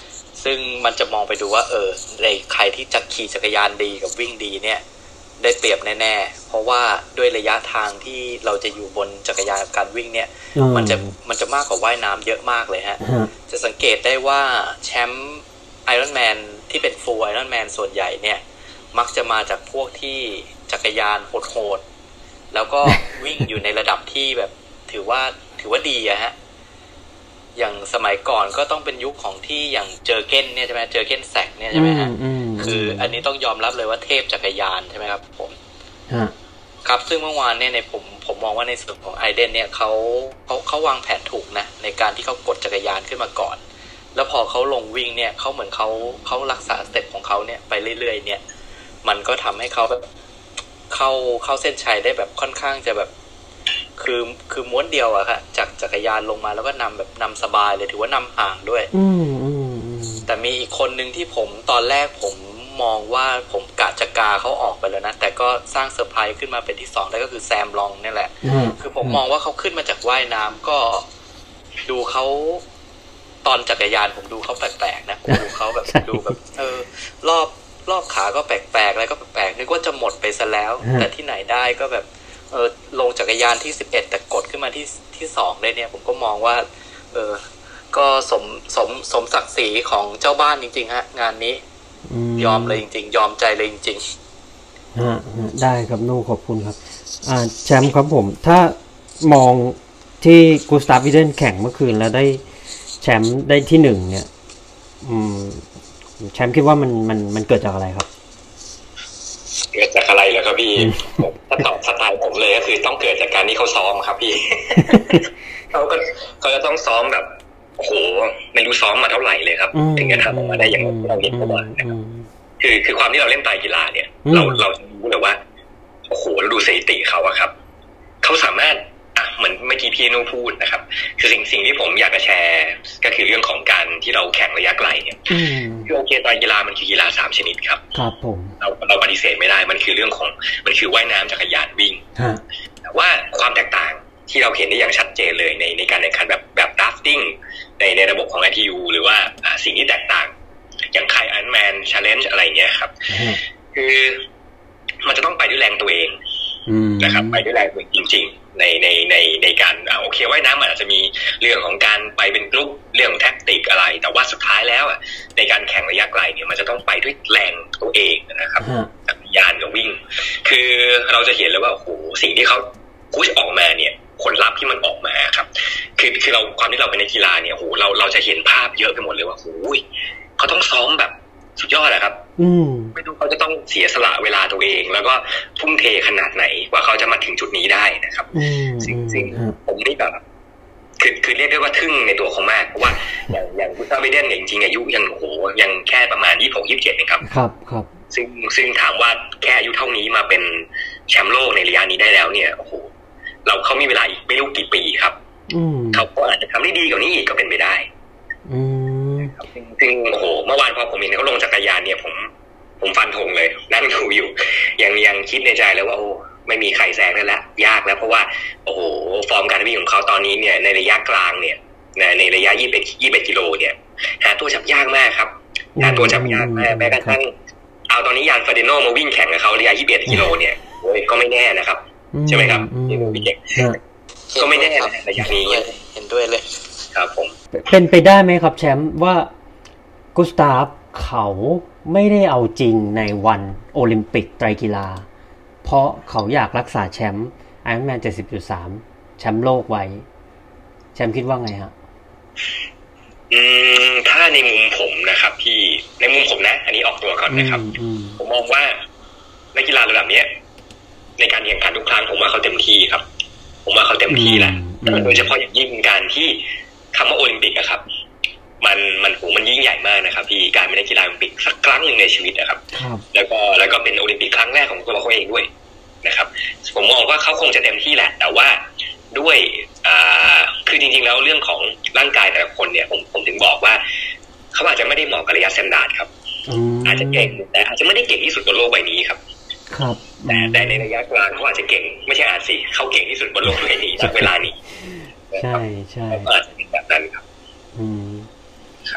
ซึ่งมันจะมองไปดูว่าเออในใครที่จะขี่จักรยานดีกับวิ่งดีเนี่ยได้เปรียบแน่ๆเพราะว่าด้วยระยะทางที่เราจะอยู่บนจักรยานกับการวิ่งเนี่ยมันจะมันจะมากกว่าว่ายน้ำเยอะมากเลยฮะจะสังเกตได้ว่าแชมป์ไอรอนแมนที่เป็นฟูลไอรอนแมนส่วนใหญ่เนี่ยมักจะมาจากพวกที่จักรยานโหดๆแล้วก็วิ่งอยู่ในระดับที่แบบถือว่าถือว่าดีอะฮะอย่างสมัยก่อนก็ต้องเป็นยุคของที่อย่างเจอเก้นเนี่ยใช่ไหมเจอเก้นแซกเนี่ยใช่ไหมฮะคืออันนี้ต้องยอมรับเลยว่าเทพจักรยานใช่ไหมครับผมครับซึ่งเมื่อวานเนี่ยในผมผมมองว่าในส่วนของไอเดนเนี่ยเขาเขาเขาวางแผนถูกนะในการที่เขากดจักรยานขึ้นมาก่อนแล้วพอเขาลงวิ่งเนี่ยเขาเหมือนเขาเขารักษาสเต็ปของเขาเนี่ยไปเรื่อยๆเนี่ยมันก็ทำให้เขาแบบเข้าเข้าเส้นชัยได้แบบค่อนข้างจะแบบคือคือม้วนเดียวอะค่ะจากจักรยานลงมาแล้วก็นำแบบนำสบายเลยถือว่านำห่างด้วยอืมอืมแต่มีอีกคนนึงที่ผมตอนแรกผมมองว่าผมกะจะกาเขาออกไปแล้วนะแต่ก็สร้างเซอร์ไพรส์ขึ้นมาเป็นที่สองได้ก็คือแซมลองนี่แหละคือผมมองว่าเขาขึ้นมาจากว่ายน้ำก็ดูเขาตอนจักรยานผมดูเขาแปลกๆนะผมดูเขาแบบดูแบบเออรอบรอบขาก็แปลกๆอะไรก็แปลกๆนึกว่าจะหมดไปซะแล้วแต่ที่ไหนได้ก็แบบเออลงจักรยานที่สิบเอ็ดแต่กดขึ้นมาที่ที่สองได้เนี่ยผมก็มองว่าเออก็สมสมสมศักดิ์ศรีของเจ้าบ้านจริงๆฮะงานนี้ยอมเลยจริงๆยอมใจเลยจริงๆฮะได้ครับนู่ขอบคุณครับอ่าแชมป์ครับผมถ้ามองที่กูสตาฟวิเดนแข่งเมื่อคืนแล้วได้แชมป์ได้ที่หนึ่งเนี่ยอืมแชมป์คิดว่ามันมันมันเกิดจากอะไรครับเกิดจากอะไรเหรอครับพี่ถ้าตอบสไตล์ผมเลยก็คือต้องเกิดจากการที่เขาซ้อมครับพี่ เขาก็เขาจะต้องซ้อมแบบโอ้โหไม่รู้ซ้อมมาเท่าไหร่เลยครับถึงจะทำออกมาได้อย่างที่เราเห็นเมื่อวานนะครับคือคือความที่เราเล่นไตรกีฬาเนี่ยเราเรารู้เลยว่าโอ้โหเราดูสถิติเขาอะครับเขาสามารถอ่ะเหมือนเมื่อกี้พี่นูพูดนะครับคือสิ่งสิ่งที่ผมอยากจะแชร์ก็คือเรื่องของการที่เราแข่งระยะไกลเนี่ยคือโอเคไตรกีฬามันคือกีฬาสามชนิดครับครับผมเราเราปฏิเสธไม่ได้มันคือเรื่องของมันคือว่ายน้ำจักรยานวิ่งแต่ว่าความแตกต่างที่เราเห็นได้อย่างชัดเจนเลยในในการแข่งขันแบบแบบดราฟติ้งในในระบบของ ไอ ที ยู หรือว่าสิ่งที่แตกต่างอย่างไคอันแมน Challenge อะไรเงี้ยครับคือมันจะต้องไปด้วยแรงตัวเองนะครับไปด้วยแรงตัวเองจริงๆในในในในการโอเคว่ายน้ำมันอาจจะมีเรื่องของการไปเป็นกลุ่มเรื่องแท็กติกอะไรแต่ว่าสุดท้ายแล้วอ่ะในการแข่งระยะไกลเนี่ยมันจะต้องไปด้วยแรงตัวเองนะครับจักรยานกับวิ่งคือเราจะเห็นเลยว่าโอ้โหสิ่งที่เขาพุชออกมาเนี่ยผลลัพธ์ที่มันออกมาครับคือคือเราความที่เราเป็นนักกีฬาเนี่ยโหเราเราจะเห็นภาพเยอะไปหมดเลยว่าโอ้ยเขาต้องซ้อมแบบสุดยอดอะครับไม่รู้เขาจะต้องเสียสละเวลาตัวเองแล้วก็ทุ่มเทขนาดไหนกว่าเขาจะมาถึงจุดนี้ได้นะครับสิ่งสิ่งผมนี่แบบคือคือเรียกได้ว่าทึ่งในตัวเขามากเพราะว่าอย่างอย่างกุสตาฟ ไวเดนเนี่ยจริงๆอายุยังโหยังแค่ประมาณยี่สิบหก ยี่สิบเจ็ดเองครับครับครับซึ่งซึ่งถามว่าแค่อายุเท่านี้มาเป็นแชมป์โลกในระยะนี้ได้แล้วเนี่ยโอ้โหเราเขามีเวลาอีกไม่รู้กี่ปีครับเขาก็อาจจะทำได้ดีกว่านี้อีกก็เป็นไปได้ซึ่งโอ้โหเมื่อวานพอผมเห็นเขาลงจักรยานเนี่ยผมผมฟันธงเลยนั่งดูอยู่ยังยังคิดในใจเลยว่าโอ้ไม่มีใครแซงได้แล้วยากแล้วเพราะว่าโอ้โหฟอร์มการวิ่งของเขาตอนนี้เนี่ยในระยะกลางเนี่ยในในระยะยี่สิบเอ็ด ยี่สิบเอ็ดกิโลเนี่ยหาตัวจับยากมากครับหาตัวจับยากมากแม้กระทั่งเอาตอนนี้ยานฟาเดโนมาวิ่งแข่งกับเขาระยะยี่สิบเอ็ดกิโลเนี่ยโอ้ยก็ไม่แน่นะครับใช่ไหมครับนี่เป็นพี่เด็กก็ไม่แน่ระยะนี้เห็นด้วยเลยครับผมเป็นไปได้ไหมครับแชมป์ว่ากุสตาฟเขาไม่ได้เอาจริงในวันโอลิมปิกไตรกีฬาเพราะเขาอยากรักษาแชมป์ไอรอนแมน เจ็ดสิบจุดสาม แชมป์โลกไว้แชมป์คิดว่าไงฮะอืมถ้าในมุมผมนะครับพี่ในมุมผมนะอันนี้ออกตัวก่อนนะครับผมมองว่านักกีฬาระดับนี้ในการแข่งขันทุกครั้งผมว่าเขาเต็มที่ครับผมว่าเขาเต็มที่แหละโดยเฉพาะอย่างยิ่งการที่คำว่าโอลิมปิกอะครับมันมันโหมันยิ่งใหญ่มากนะครับพี่การเป็นนักกีฬาโอลิมปิกสักครั้งหนึ่งในชีวิตนะครับแล้วก็แล้วก็เป็นโอลิมปิกครั้งแรกของตัวเขาเองด้วยนะครับผมมองว่าเขาคงจะเต็มที่แหละแต่ว่าด้วยอ่าคือจริงๆแล้วเรื่องของร่างกายแต่ละคนเนี่ยผมผมถึงบอกว่าเขาอาจจะไม่ได้เหมาะกับระยะสแตนดาร์ดครับอาจจะเก่งแต่อาจจะไม่ได้เก่งที่สุดบนโลกใบนี้ครับครับแต่แต่ในระยะกลางเขาอาจจะเก่งไม่ใช่อาจสิเขาเก่งที่สุดบนโลกใบนี้ณเวลานี้ใช่ใช่อาจจะเป็นแบบนั้นครับอืมครับ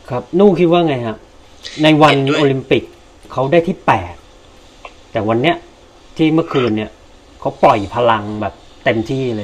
ครับนู่คิดว่าไงครับในวันโอลิมปิกเขาได้ที่แปดแต่วันเนี้ยที่เมื่อคืนเนี่ยเขาปล่อยพลังแบบเต็มที่เลย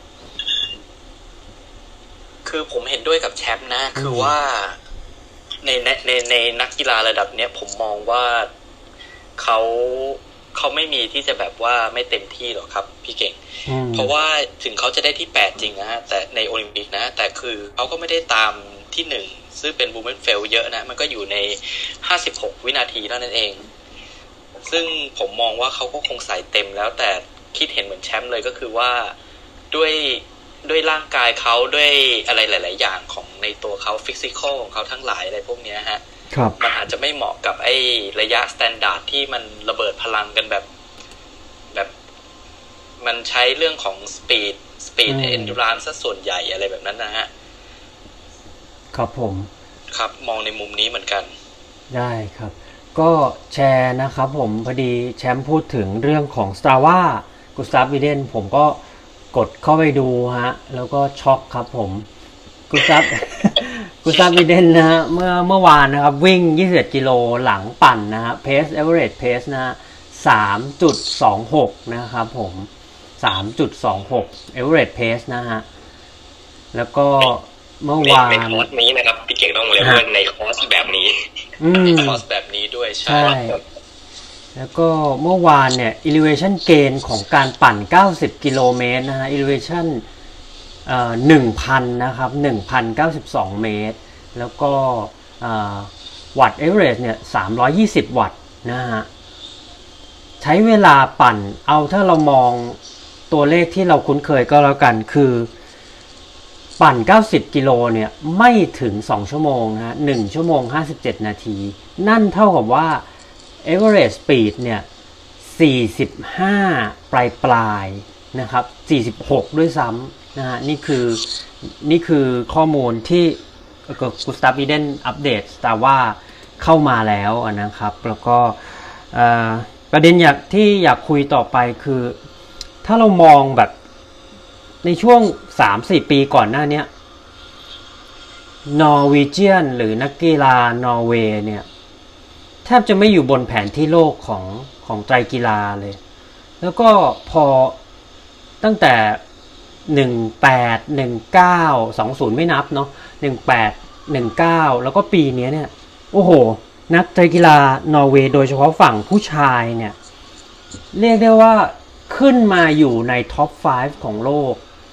คือผมเห็นด้วยกับแชมป์นะคือว่าในในในในนักกีฬาระดับเนี้ยผมมองว่าเขาเขาไม่มีที่จะแบบว่าไม่เต็มที่หรอกครับพี่เก่งเพราะว่าถึงเขาจะได้ที่แปดจริงนะฮะแต่ในโอลิมปิกนะแต่คือเขาก็ไม่ได้ตามที่หนึ่งซึ่งเป็นบูเมนเฟลเยอะนะมันก็อยู่ในห้าสิบหกวินาทีเท่านั้นเองซึ่งผมมองว่าเขาก็คงใส่เต็มแล้วแต่คิดเห็นเหมือนแชมป์เลยก็คือว่าด้วยด้วยร่างกายเขาด้วยอะไรหลายๆอย่างของในตัวเขาฟิสิกอลของเขาทั้งหลายอะไรพวกนี้ฮะมันอาจจะไม่เหมาะกับไอ้ระยะสแตนดาร์ดที่มันระเบิดพลังกันแบบแบบมันใช้เรื่องของสปีดสปีดเอนดูรานซ์ซะส่วนใหญ่อะไรแบบนั้นนะฮะครับผมครับมองในมุมนี้เหมือนกันได้ครับก็แชร์นะครับผมพอดีแชมป์พูดถึงเรื่องของ Strava กุสตาฟ วีเดนผมก็กดเข้าไปดูฮะแล้วก็ช็อกครับผมกุสตาฟ กุสตาฟ วีเดนนะฮะเมื่อเมื่อวานนะครับวิ่งยี่สิบเอ็ดกิโลหลังปั่นนะฮะ Pace Average Pace นะฮะ สามจุดสองหก นะครับผม สามจุดสองหก Average Pace นะฮะแล้วก็เมื่อวานในคอร์สนี้นะครับพี่เก่งต้องเรียนว่าในคอร์สแบบนี้คอร์สแบบนี้ด้วยใช่แล้วก็เมื่อวานเนี่ย elevation gain ของการปั่นเก้าสิบกิโลเมตรนะฮะ elevation เอ่อ หนึ่งพัน นะครับ หนึ่งพันเก้าสิบสอง เมตรแล้วก็เอ่อวัตต์ average เนี่ยสามร้อยยี่สิบวัตต์นะฮะใช้เวลาปั่นเอาถ้าเรามองตัวเลขที่เราคุ้นเคยก็แล้วกันคือปั่นเก้าสิบกิโลเนี่ยไม่ถึงสองชั่วโมงนะฮะหนึ่งชั่วโมงห้าสิบเจ็ดนาทีนั่นเท่ากับว่า average speed เนี่ยสี่สิบห้าปลายปลายนะครับสี่สิบหกด้วยซ้ำนะฮะนี่คือนี่คือข้อมูลที่กุสตาฟ วีเดนอัปเดต Strava เข้ามาแล้วนะครับแล้วก็ประเด็นอยากที่อยากคุยต่อไปคือถ้าเรามองแบบในช่วง สามถึงสี่ ปีก่อนหน้านี้นอร์วีเจียนหรือนักกีฬานอร์เวย์เนี่ยแทบจะไม่อยู่บนแผนที่โลกของของไตรกีฬาเลยแล้วก็พอตั้งแต่หนึ่งแปด หนึ่งเก้า สองศูนย์ไม่นับเนาะหนึ่งแปด หนึ่งเก้าแล้วก็ปีนี้เนี่ยโอ้โหนักไตรกีฬานอร์เวย์โดยเฉพาะฝั่งผู้ชายเนี่ยเรียกได้ว่าขึ้นมาอยู่ในท็อปห้าของโลก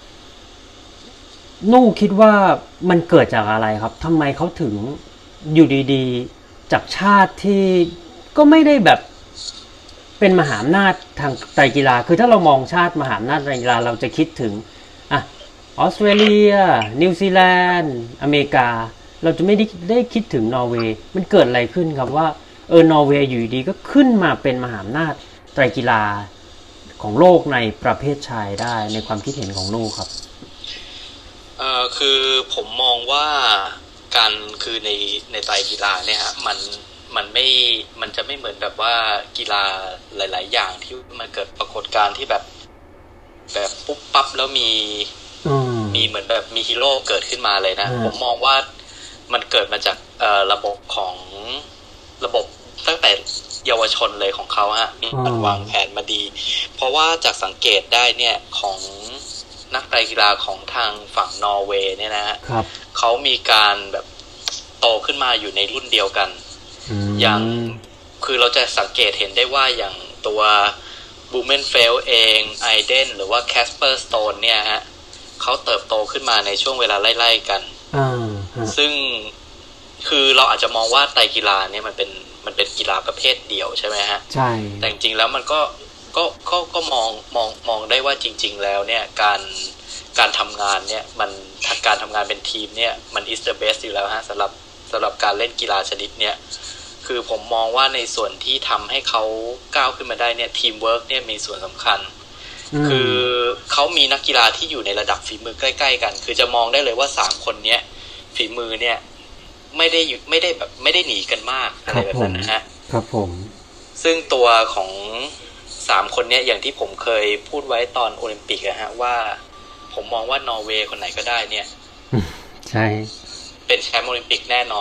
นู่คิดว่ามันเกิดจากอะไรครับทำไมเขาถึงอยู่ดีๆจากชาติที่ก็ไม่ได้แบบเป็นมหาอำนาจทางไตรกีฬาคือถ้าเรามองชาติมหาอำนาจไตรกีฬาเราจะคิดถึงอ่ะออสเตรเลียนิวซีแลนด์อเมริกาเราจะไม่ได้ได้คิดถึงนอร์เวย์มันเกิดอะไรขึ้นครับว่าเออนอร์เวย์อยู่ดีก็ขึ้นมาเป็นมหาอำนาจไตรกีฬาของโลกในประเภทชายได้ในความคิดเห็นของนู่ครับเอ่อคือผมมองว่าการคือในในไตรกีฬาเนี่ยฮะมันมันไม่มันจะไม่เหมือนแบบว่ากีฬาหลายๆอย่างที่มันเกิดปรากฏการณ์ที่แบบแบบปุ๊บปั๊บแล้วมีมีเหมือนแบบมีฮีโร่เกิดขึ้นมาเลยนะผมมองว่ามันเกิดมาจากเอ่อระบบของระบบตั้งแต่เยาวชนเลยของเขาฮะมีการวางแผนมาดีเพราะว่าจากสังเกตได้เนี่ยของนักไตรกีฬาของทางฝั่งนอร์เวย์เนี่ยนะฮะเขามีการแบบโตขึ้นมาอยู่ในรุ่นเดียวกันอย่างคือเราจะสังเกตเห็นได้ว่าอย่างตัวบูเมนเฟลเองไอเดนหรือว่าแคสเปอร์สโตนเนี่ยฮะเขาเติบโตขึ้นมาในช่วงเวลาไล่ๆกันซึ่งคือเราอาจจะมองว่าไตรกีฬาเนี่ยมันเป็นมันเป็นกีฬาประเภทเดี่ยวใช่ไหมฮะใช่แต่จริงๆแล้วมันก็ก็ก็ก็มองมองมองได้ว่าจริงๆแล้วเนี่ยการการทำงานเนี่ยมันการทำงานเป็นทีมเนี่ยมัน is the best อยู่แล้วฮะสำหรับสำหรับการเล่นกีฬาชนิดเนี้ยคือผมมองว่าในส่วนที่ทำให้เขาก้าวขึ้นมาได้เนี่ยทีมเวิร์กเนี่ยมีส่วนสำคัญคือเขามีนักกีฬาที่อยู่ในระดับฝีมือใกล้ๆกันคือจะมองได้เลยว่าสามคนเนี้ยฝีมือเนี่ยไม่ได้ไม่ได้แบบไม่ได้หนีกันมากอะไรแบบนั้นนะฮะครับผมซึ่งตัวของสามคนเนี้ยอย่างที่ผมเคยพูดไว้ตอนโอลิมปิกอะฮะว่าผมมองว่านอร์เวย์คนไหนก็ได้เนี่ยใช่เป็นแชมป์โอลิมปิกแน่นอน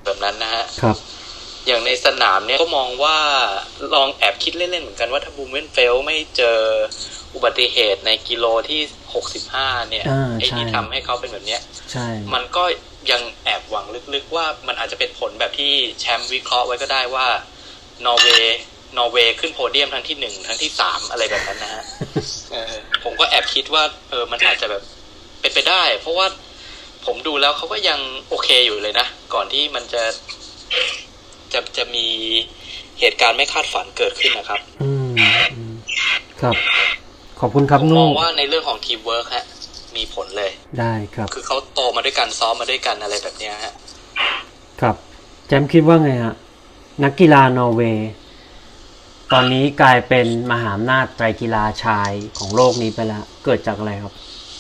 แบบนั้นนะฮะครับอย่างในสนามเนี่ยก็มองว่าลองแอบคิดเล่นๆเหมือนกันว่าถ้าบูเมนเฟลไม่เจออุบัติเหตุในกิโลที่หกสิบห้าเนี่ยไอ้ที่ทำให้เขาเป็นแบบเนี้ยใช่มันก็ยังแอบหวังลึกๆว่ามันอาจจะเป็นผลแบบที่แชมป์วิเคราะห์ไว้ก็ได้ว่านอร์เวย์นอร์เวย์ขึ้นโพเดียมทั้งที่หนึ่งทั้งที่สามอะไรแบบนั้นนะฮะ เออผมก็แอบคิดว่าเออมันอาจจะแบบเป็นไปได้เพราะว่าผมดูแล้วเขาก็ยังโอเคอยู่เลยนะก่อนที่มันจะจะจะมีเหตุการณ์ไม่คาดฝันเกิดขึ้นนะครับอืมครับขอบคุณครับนุ่มมองว่าในเรื่องของทีมเวิร์คฮะมีผลเลยได้ครับคือเขาโตมาด้วยกันซ้อมมาด้วยกันอะไรแบบนี้ฮะครับแจมคิดว่าไงฮะนักกีฬานอร์เวย์ตอนนี้กลายเป็นมหาอำนาจไตรกีฬาชายของโลกนี้ไปแล้วเกิดจากอะไรครับ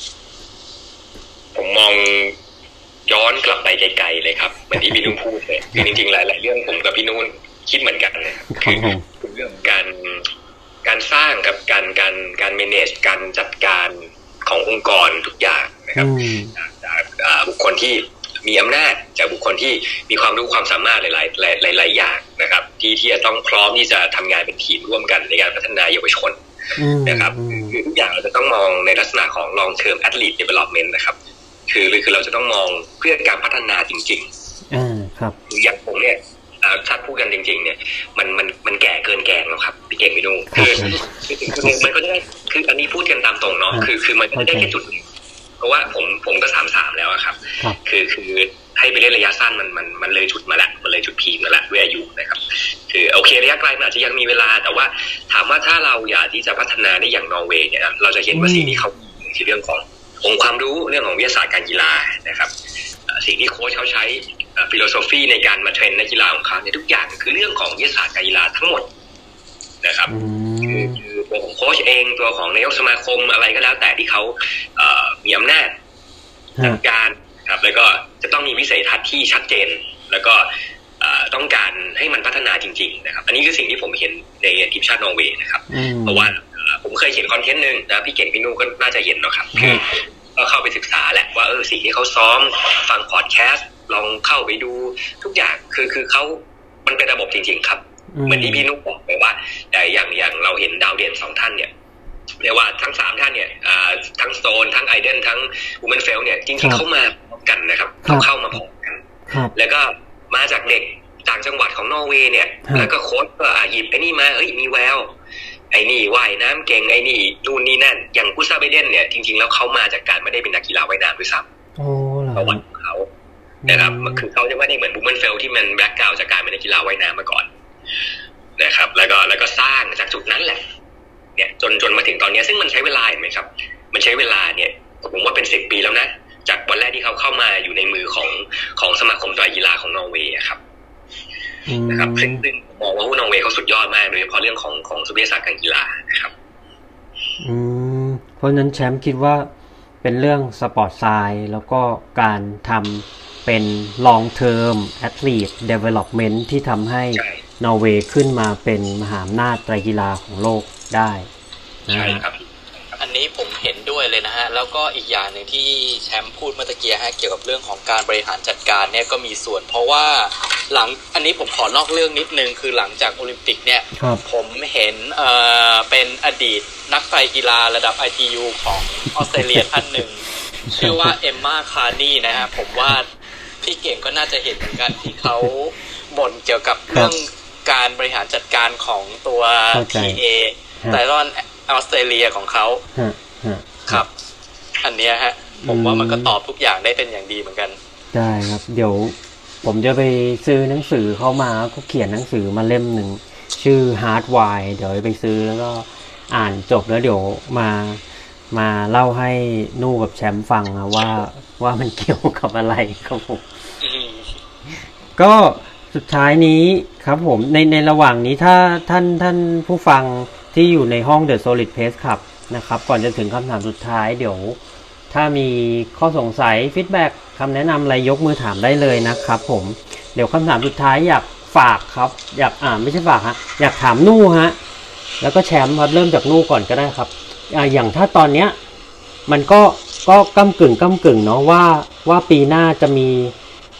ผมมองย้อนกลับไปไกลๆเลยครับเหมือนที่พี่นุ่นพูดเลยคือจริงๆหลายๆเรื่องผมกับพี่นุ่นคิดเหมือนกันเลยคือเรื่องการการสร้างกับการการการ manage การจัดการขององค์กรทุกอย่างนะครับจากบุคคลที่มีอำนาจจากบุคคลที่มีความรู้ความสามารถหลายๆหลายๆอย่างนะครับที่ที่จะต้องพร้อมที่จะทำงานเป็นทีมร่วมกันในการพัฒนาเยาวชนนะครับคือทุกอย่างเราจะต้องมองในลักษณะของ long term athlete development นะครับคือคือเราจะต้องมองเพื่อการพัฒนาจริงๆอ่าครับอย่างผมเนี่ยถ้าพูดกันจริงๆเนี่ยมันมันมันแก่เกินแก่แล้วครับพี่เก่งพี่นุ่งคือคือมันก็ได้คืออันนี้พูดกันตามตรงเนาะคือคือมันไม่ได้แค่จุดนึงเพราะว่าผมผมก็สามสามแล้วครับคือคือให้ไปเล่นระยะสั้นมันมันมันเลยจุดมาแล้วมันเลยจุดพีคมาแล้วด้วยอายุนะครับคือโอเคระยะไกลมันอาจจะยังมีเวลาแต่ว่าถามว่าถ้าเราอยากที่จะพัฒนาได้อย่างนอร์เวย์เนี่ยเราจะเห็นว่าสิ่งที่เขาคือเรื่องขององค์ความรู้เรื่องของวิทยาศาสตร์การกีฬานะครับสิ่งที่โค้ชเขาใช้ฟิโลโซฟีในการมาเทรนนักกีฬาของเขาเนี่ยทุกอย่างคือเรื่องของวิทยาศาสตร์การกีฬาทั้งหมดนะครับคือคือตัวของโค้ชเองตัวของนายกสมาคมอะไรก็แล้วแต่ที่เขาเอ่อมีอำนาจจัดการครับแล้วก็จะต้องมีวิสัยทัศน์ที่ชัดเจนแล้วก็ต้องการให้มันพัฒนาจริงๆนะครับอันนี้คือสิ่งที่ผมเห็นในทีมชาตินอร์เวย์นะครับเพราะว่าผมเคยเขียนคอนเทนต์นึงนะพี่เก่งพี่นุ่นก็น่าจะเห็นนะครับคือก็เข้าไปศึกษาแหละว่าเออสิ่งที่เขาซ้อมฟังพอดแคสต์ลองเข้าไปดูทุกอย่างคือคือเขามันเป็นระบบจริงๆครับเหมือนที่พี่นุ่นบอกไปว่าแต่อย่างอย่างเราเห็นดาวเด่นสองท่านเนี่ยเรียกว่าทั้งสามท่านเนี่ยทั้งสโตนทั้งไอเดนทั้งอูเมนเฟลเนี่ยจริงๆเขามาพร้อมกันนะครับเขาเข้ามาพร้อมกันแล้วก็มาจากเด็กต่างจังหวัดของนอร์เวย์เนี่ยแล้วก็โค้ชก็หยิบไอ้นี่มาเอ้ยมีแววไอ้นี่ว่ายน้ำเก่งไอ้นี่นู่นนี่นั่นอย่างกุซาเบเดนเนี่ยจริงๆแล้วเขามาจากการไม่ได้เป็นนักกีฬาว่ายน้ำด้วยซ้ำโอ้ประวัติของเขานะครับคือเขาจะไม่ได้เหมือนบูเมนเฟลที่มันแบ็คกราวด์จากการเป็นนักกีฬาว่ายน้ำมาก่อนนะครับแล้วก็แล้วก็สร้างจากจุดนั้นแหละเนี่ยจนจนมาถึงตอนนี้ซึ่งมันใช้เวลาเห็นไหมครับมันใช้เวลาเนี่ยผมว่าเป็นสิบปีแล้วนะจากวันแรกที่เขาเข้ามาอยู่ในมือของของสมาคมไตรกีฬาของนอร์เวย์ครับนะครับซึ่งซึ่งมองว่านอร์เวย์เขาสุดยอดมากโดยเฉพาะเรื่องของของวิทยาศาสตร์การกีฬานะครับอืมเพราะนั้นแชมป์คิดว่าเป็นเรื่องสปอร์ตไซน์แล้วก็การทำเป็น long term athlete development ที่ทำให้นอร์เวย์ขึ้นมาเป็นมหาอำนาจไตรกีฬาของโลกได้ใช่ครับอันนี้ผมเห็นด้วยเลยนะฮะแล้วก็อีกอย่างหนึ่งที่แชมป์พูดเมื่อตะกี้ฮะเกี่ยวกับเรื่องของการบริหารจัดการเนี่ยก็มีส่วนเพราะว่าหลังอันนี้ผมขอนอกเรื่องนิดนึงคือหลังจากโอลิมปิกเนี่ยผมเห็นเอ่อเป็นอดีตนักไตรกีฬาระดับ ไอ ที ยู ของออสเตรเลียท่านหนึ่งชื่อว่าเอมม่าคาร์นี่นะฮะผมว่าพี่เก่งก็น่าจะเห็นเหมือนกันที่เขาบ่นเกี่ยวกับเรื่องการบริหารจัดการของตัว ที เอ ไตรลอนออสเตรเลียของเขาครับอันเนี้ยฮะผมว่ามันก็ตอบทุกอย่างได้เป็นอย่างดีเหมือนกันได้ครับเดี๋ยวผมจะไปซื้อหนังสือเข้ามาก็เขียนหนังสือมาเล่มหนึ่งชื่อ Hard Why เดี๋ยวไปซื้อแล้วก็อ่านจบแล้วเดี๋ยวมามาเล่าให้นู่กับแชมป์ฟังนะว่าว่ามันเกี่ยวกับอะไรครับผมก็สุดท้ายนี้ครับผมในในระหว่างนี้ถ้าท่านท่านผู้ฟังที่อยู่ในห้อง The Solid Pace ครับนะครับก่อนจะถึงคำถามสุดท้ายเดี๋ยวถ้ามีข้อสงสัยฟีดแบ็กคำแนะนำอะไรยกมือถามได้เลยนะครับผมเดี๋ยวคำถามสุดท้ายอยากฝากครับอยากอ่าไม่ใช่ฝากฮะอยากถามนู่ฮะแล้วก็แชมป์ครับเริ่มจากนู่ก่อนก็ได้ครับอ่าอย่างถ้าตอนเนี้ยมันก็ก็ก้ำกึ่งก้ำกึ่งเนาะว่าว่าปีหน้าจะมี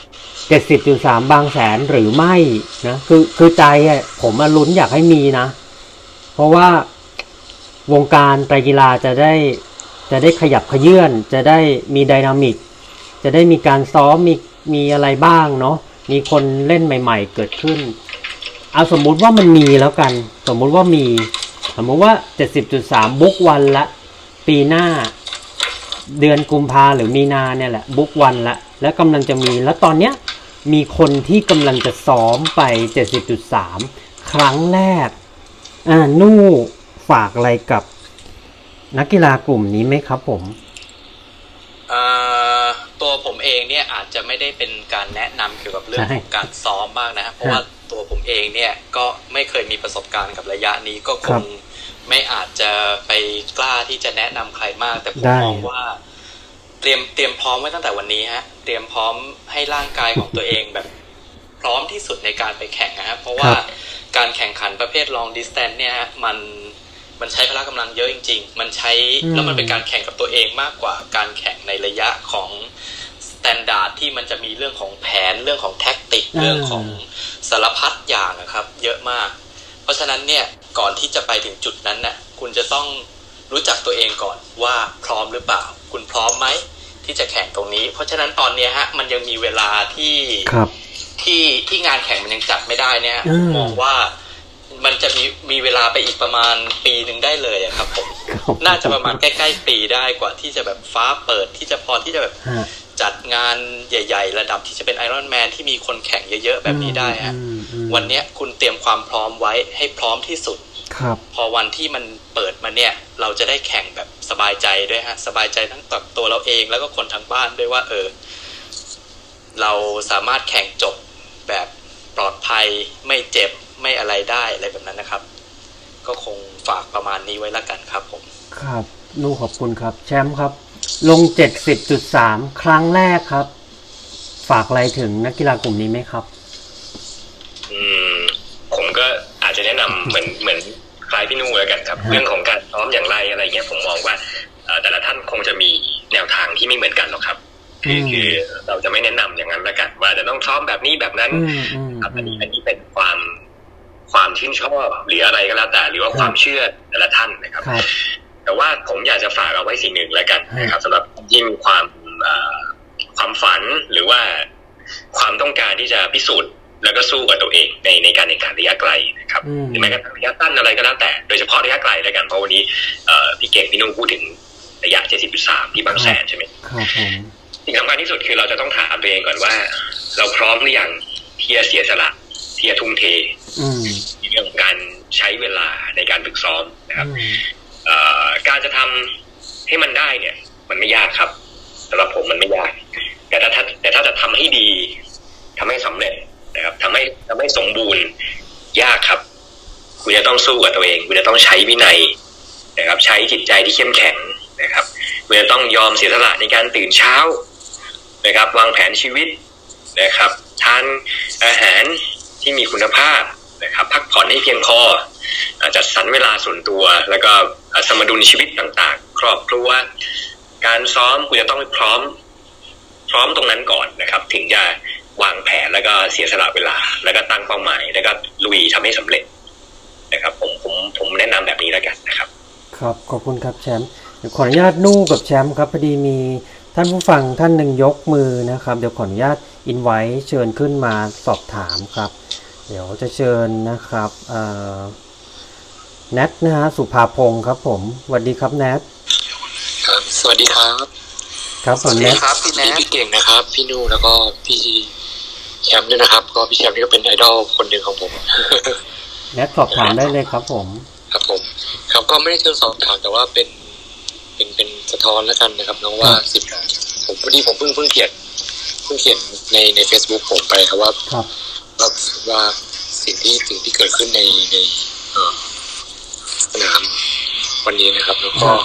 เจ็ดสิบจุดสาม บางแสนหรือไม่นะคือคือใจอ่ะผมอลุ้นอยากให้มีนะเพราะว่าวงการไตรกีฬาจะได้จะได้ขยับขยื่นจะได้มีไดนามิกจะได้มีการซ้อมมีมีอะไรบ้างเนาะมีคนเล่นใหม่ๆเกิดขึ้นเอาสมมุติว่ามันมีแล้วกันสมมุติว่ามีสมมุติว่า เจ็ดสิบจุดสาม บุ๊กวันละปีหน้าเดือนกุมภาหรือมีนาเนี่ยแหละบุ๊กวันละแล้วกำลังจะมีแล้วตอนเนี้ยมีคนที่กำลังจะซ้อมไป เจ็ดสิบจุดสาม ครั้งแรกอ่านู่ฝากอะไรกับนักกีฬากลุ่มนี้ไหมครับผมอ่าตัวผมเองเนี่ยอาจจะไม่ได้เป็นการแนะนำเกี่ยวกับเรื่องของการซ้อมมากนะครับเพราะว่าตัวผมเองเนี่ยก็ไม่เคยมีประสบการณ์กับระยะนี้ก็คงไม่อาจจะไปกล้าที่จะแนะนำใครมากแต่ผมมองว่าเตรียมเตรียมพร้อมไว้ตั้งแต่วันนี้ฮะเตรียมพร้อมให้ร่างกายของตัวเองแบบพร้อมที่สุดในการไปแข่งนะครับเพราะว่าการแข่งขันประเภท long distance เนี่ยฮะมันมันใช้พละกำลังเยอะจริงๆมันใช้แล้วมันเป็นการแข่งกับตัวเองมากกว่าการแข่งในระยะของสแตนดาร์ดที่มันจะมีเรื่องของแผนเรื่องของแท็กติกเรื่องของสารพัดอย่างนะครับเยอะมากเพราะฉะนั้นเนี่ยก่อนที่จะไปถึงจุดนั้นน่ะคุณจะต้องรู้จักตัวเองก่อนว่าพร้อมหรือเปล่าคุณพร้อมไหมที่จะแข่งตรงนี้เพราะฉะนั้นตอนนี้ฮะมันยังมีเวลาที่ที่ที่งานแข่งมันยังจัดไม่ได้เนี่ยผมมองว่ามันจะมีมีเวลาไปอีกประมาณปีหนึ่งได้เลยอะครับผมน่าจะประมาณใกล้ๆปีได้กว่าที่จะแบบฟ้าเปิดที่จะพอที่จะแบบจัดงานใหญ่ๆระดับที่จะเป็นไอรอนแมนที่มีคนแข่งเยอะๆแบบนี้ได้ฮะวันนี้คุณเตรียมความพร้อมไว้ให้พร้อมที่สุดพอวันที่มันเปิดมาเนี่ยเราจะได้แข่งแบบสบายใจด้วยฮะสบายใจทั้งต่อตัวเราเองแล้วก็คนทางบ้านด้วยว่าเออเราสามารถแข่งจบแบบปลอดภัยไม่เจ็บไม่อะไรได้อะไรแบบนั้นนะครับก็คงฝากประมาณนี้ไว้ละกันครับผมครับนู่ขอบคุณครับแชมป์ครับลง เจ็ดสิบจุดสาม ครั้งแรกครับฝากอะไรถึงนักกีฬากลุ่มนี้ไหมครับอืมผมก็อาจจะแนะนำเหมือนเหมือนคล้ายพี่นู่แล้วกันครับเรื่องของการซ้อมอย่างไรอะไรเงี้ยผมมองว่าแต่ละท่านคงจะมีแนวทางที่ไม่เหมือนกันหรอกครับคือคือเราจะไม่แนะนำอย่างนั้นละกันว่าจะต้องซ้อมแบบนี้แบบนั้นครับอันนี้อันนี้เป็นความความชื่นชอบหรืออะไรก็แล้วแต่หรือว่าความเชื่อแต่ละท่านนะครับแต่ว่าผมอยากจะฝากเอาไว้สิ่งหนึ่งแล้วกันนะครับสำหรับที่มีความความฝันหรือว่าความต้องการที่จะพิสูจน์แล้วก็สู้กับตัวเองในในการแข่งขันระยะไกลนะครับหรือแม้กระทั่งระยะสั้นอะไรก็แล้วแต่โดยเฉพาะระยะไกลแล้วกันเพราะวันนี้พี่เก่งพี่นุ่งพูดถึงระยะ เจ็ดสิบจุดสาม ที่บางแสนใช่ไหมครับผมสิ่งสำคัญที่สุดคือเราจะต้องถามตัวเองก่อนว่าเราพร้อมหรือยังที่จะเสียสละที่จะทุ่มเทในเรื่องของการใช้เวลาในการฝึกซ้อมนะครับการจะทำให้มันได้เนี่ยมันไม่ยากครับสำหรับผมมันไม่ยากแต่ถ้าแต่ถ้าจะทำให้ดีทำให้สำเร็จนะครับทำให้ทำให้สมบูรณ์ยากครับคุณจะต้องสู้กับตัวเองคุณจะต้องใช้วินัยนะครับใช้จิตใจที่เข้มแข็งนะครับคุณจะต้องยอมเสียสละในการตื่นเช้านะครับวางแผนชีวิตนะครับทานอาหารที่มีคุณภาพนะครับพักผ่อนให้เพียงพอจัดสรรเวลาส่วนตัวแล้วก็สมดุลชีวิตต่างๆครอบครัวการซ้อมคุณจะต้องพร้อมพร้อมตรงนั้นก่อนนะครับถึงจะวางแผนแล้วก็เสียสละเวลาแล้วก็ตั้งเป้าหมายแล้วก็ลุยทำให้สำเร็จนะครับผมผมผมแนะนำแบบนี้แล้วกันนะครับครับขอบคุณครับแชมป์ขออนุญาตนู่กับแชมป์ครับพอดีมีท่านผู้ฟังท่านหนึ่งยกมือนะครับเดี๋ยวขออนุญาตอินไว้เชิญขึ้นมาสอบถามครับเดี๋ยวจะเชิญนะครับเอ่อแนทนะฮะสุภาพงศ์ครับผมสวัสดีครับแนทครับสวัสดีครับครับผมแนทครับพี่แนทพี่เก่งนะครับพี่นู่แล้วก็พี่แชมป์ด้วยนะครับก็พี่แชมป์นี่ก็เป็นไอดอลคนหนึ่งของผมแนทสอบถามได้เลยครับผมครับผมครับก็ไม่ได้เชิงสอบถามแต่ว่าเป็นเป็นเป็นสะท้อนแล้วกันนะครับน้องว่าสิผมพอดีผมเพิ่งเพิ่งเขียนเพิ่งเขียนในใน Facebook ผมไปครับว่าว่าว่าสิ่งที่สิ่งที่เกิดขึ้นในในสนามวันนี้นะครับแล้วก็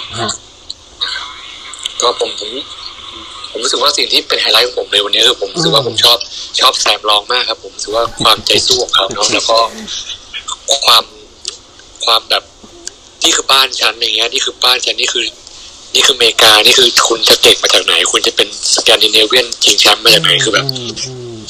ก็ผมผมผมรู้สึกว่าสิ่งที่เป็นไฮไลท์ของผมในวันนี้คือผมรู้สึกว่าผมชอบชอบแซมลองมากครับผมรู้สึกว่าความใจสู้ของเขาเนาะแล้วก็ความความแบบนี่คือบ้านฉันอย่างเงี้ยนี่คือบ้านฉันนี่คือนี่คืออเมริกานี่คือคุณจะเก่งมาจากไหนคุณจะเป็นสแกนดิเนเวียนชิงแชมป์มาจากไหนคือแบบ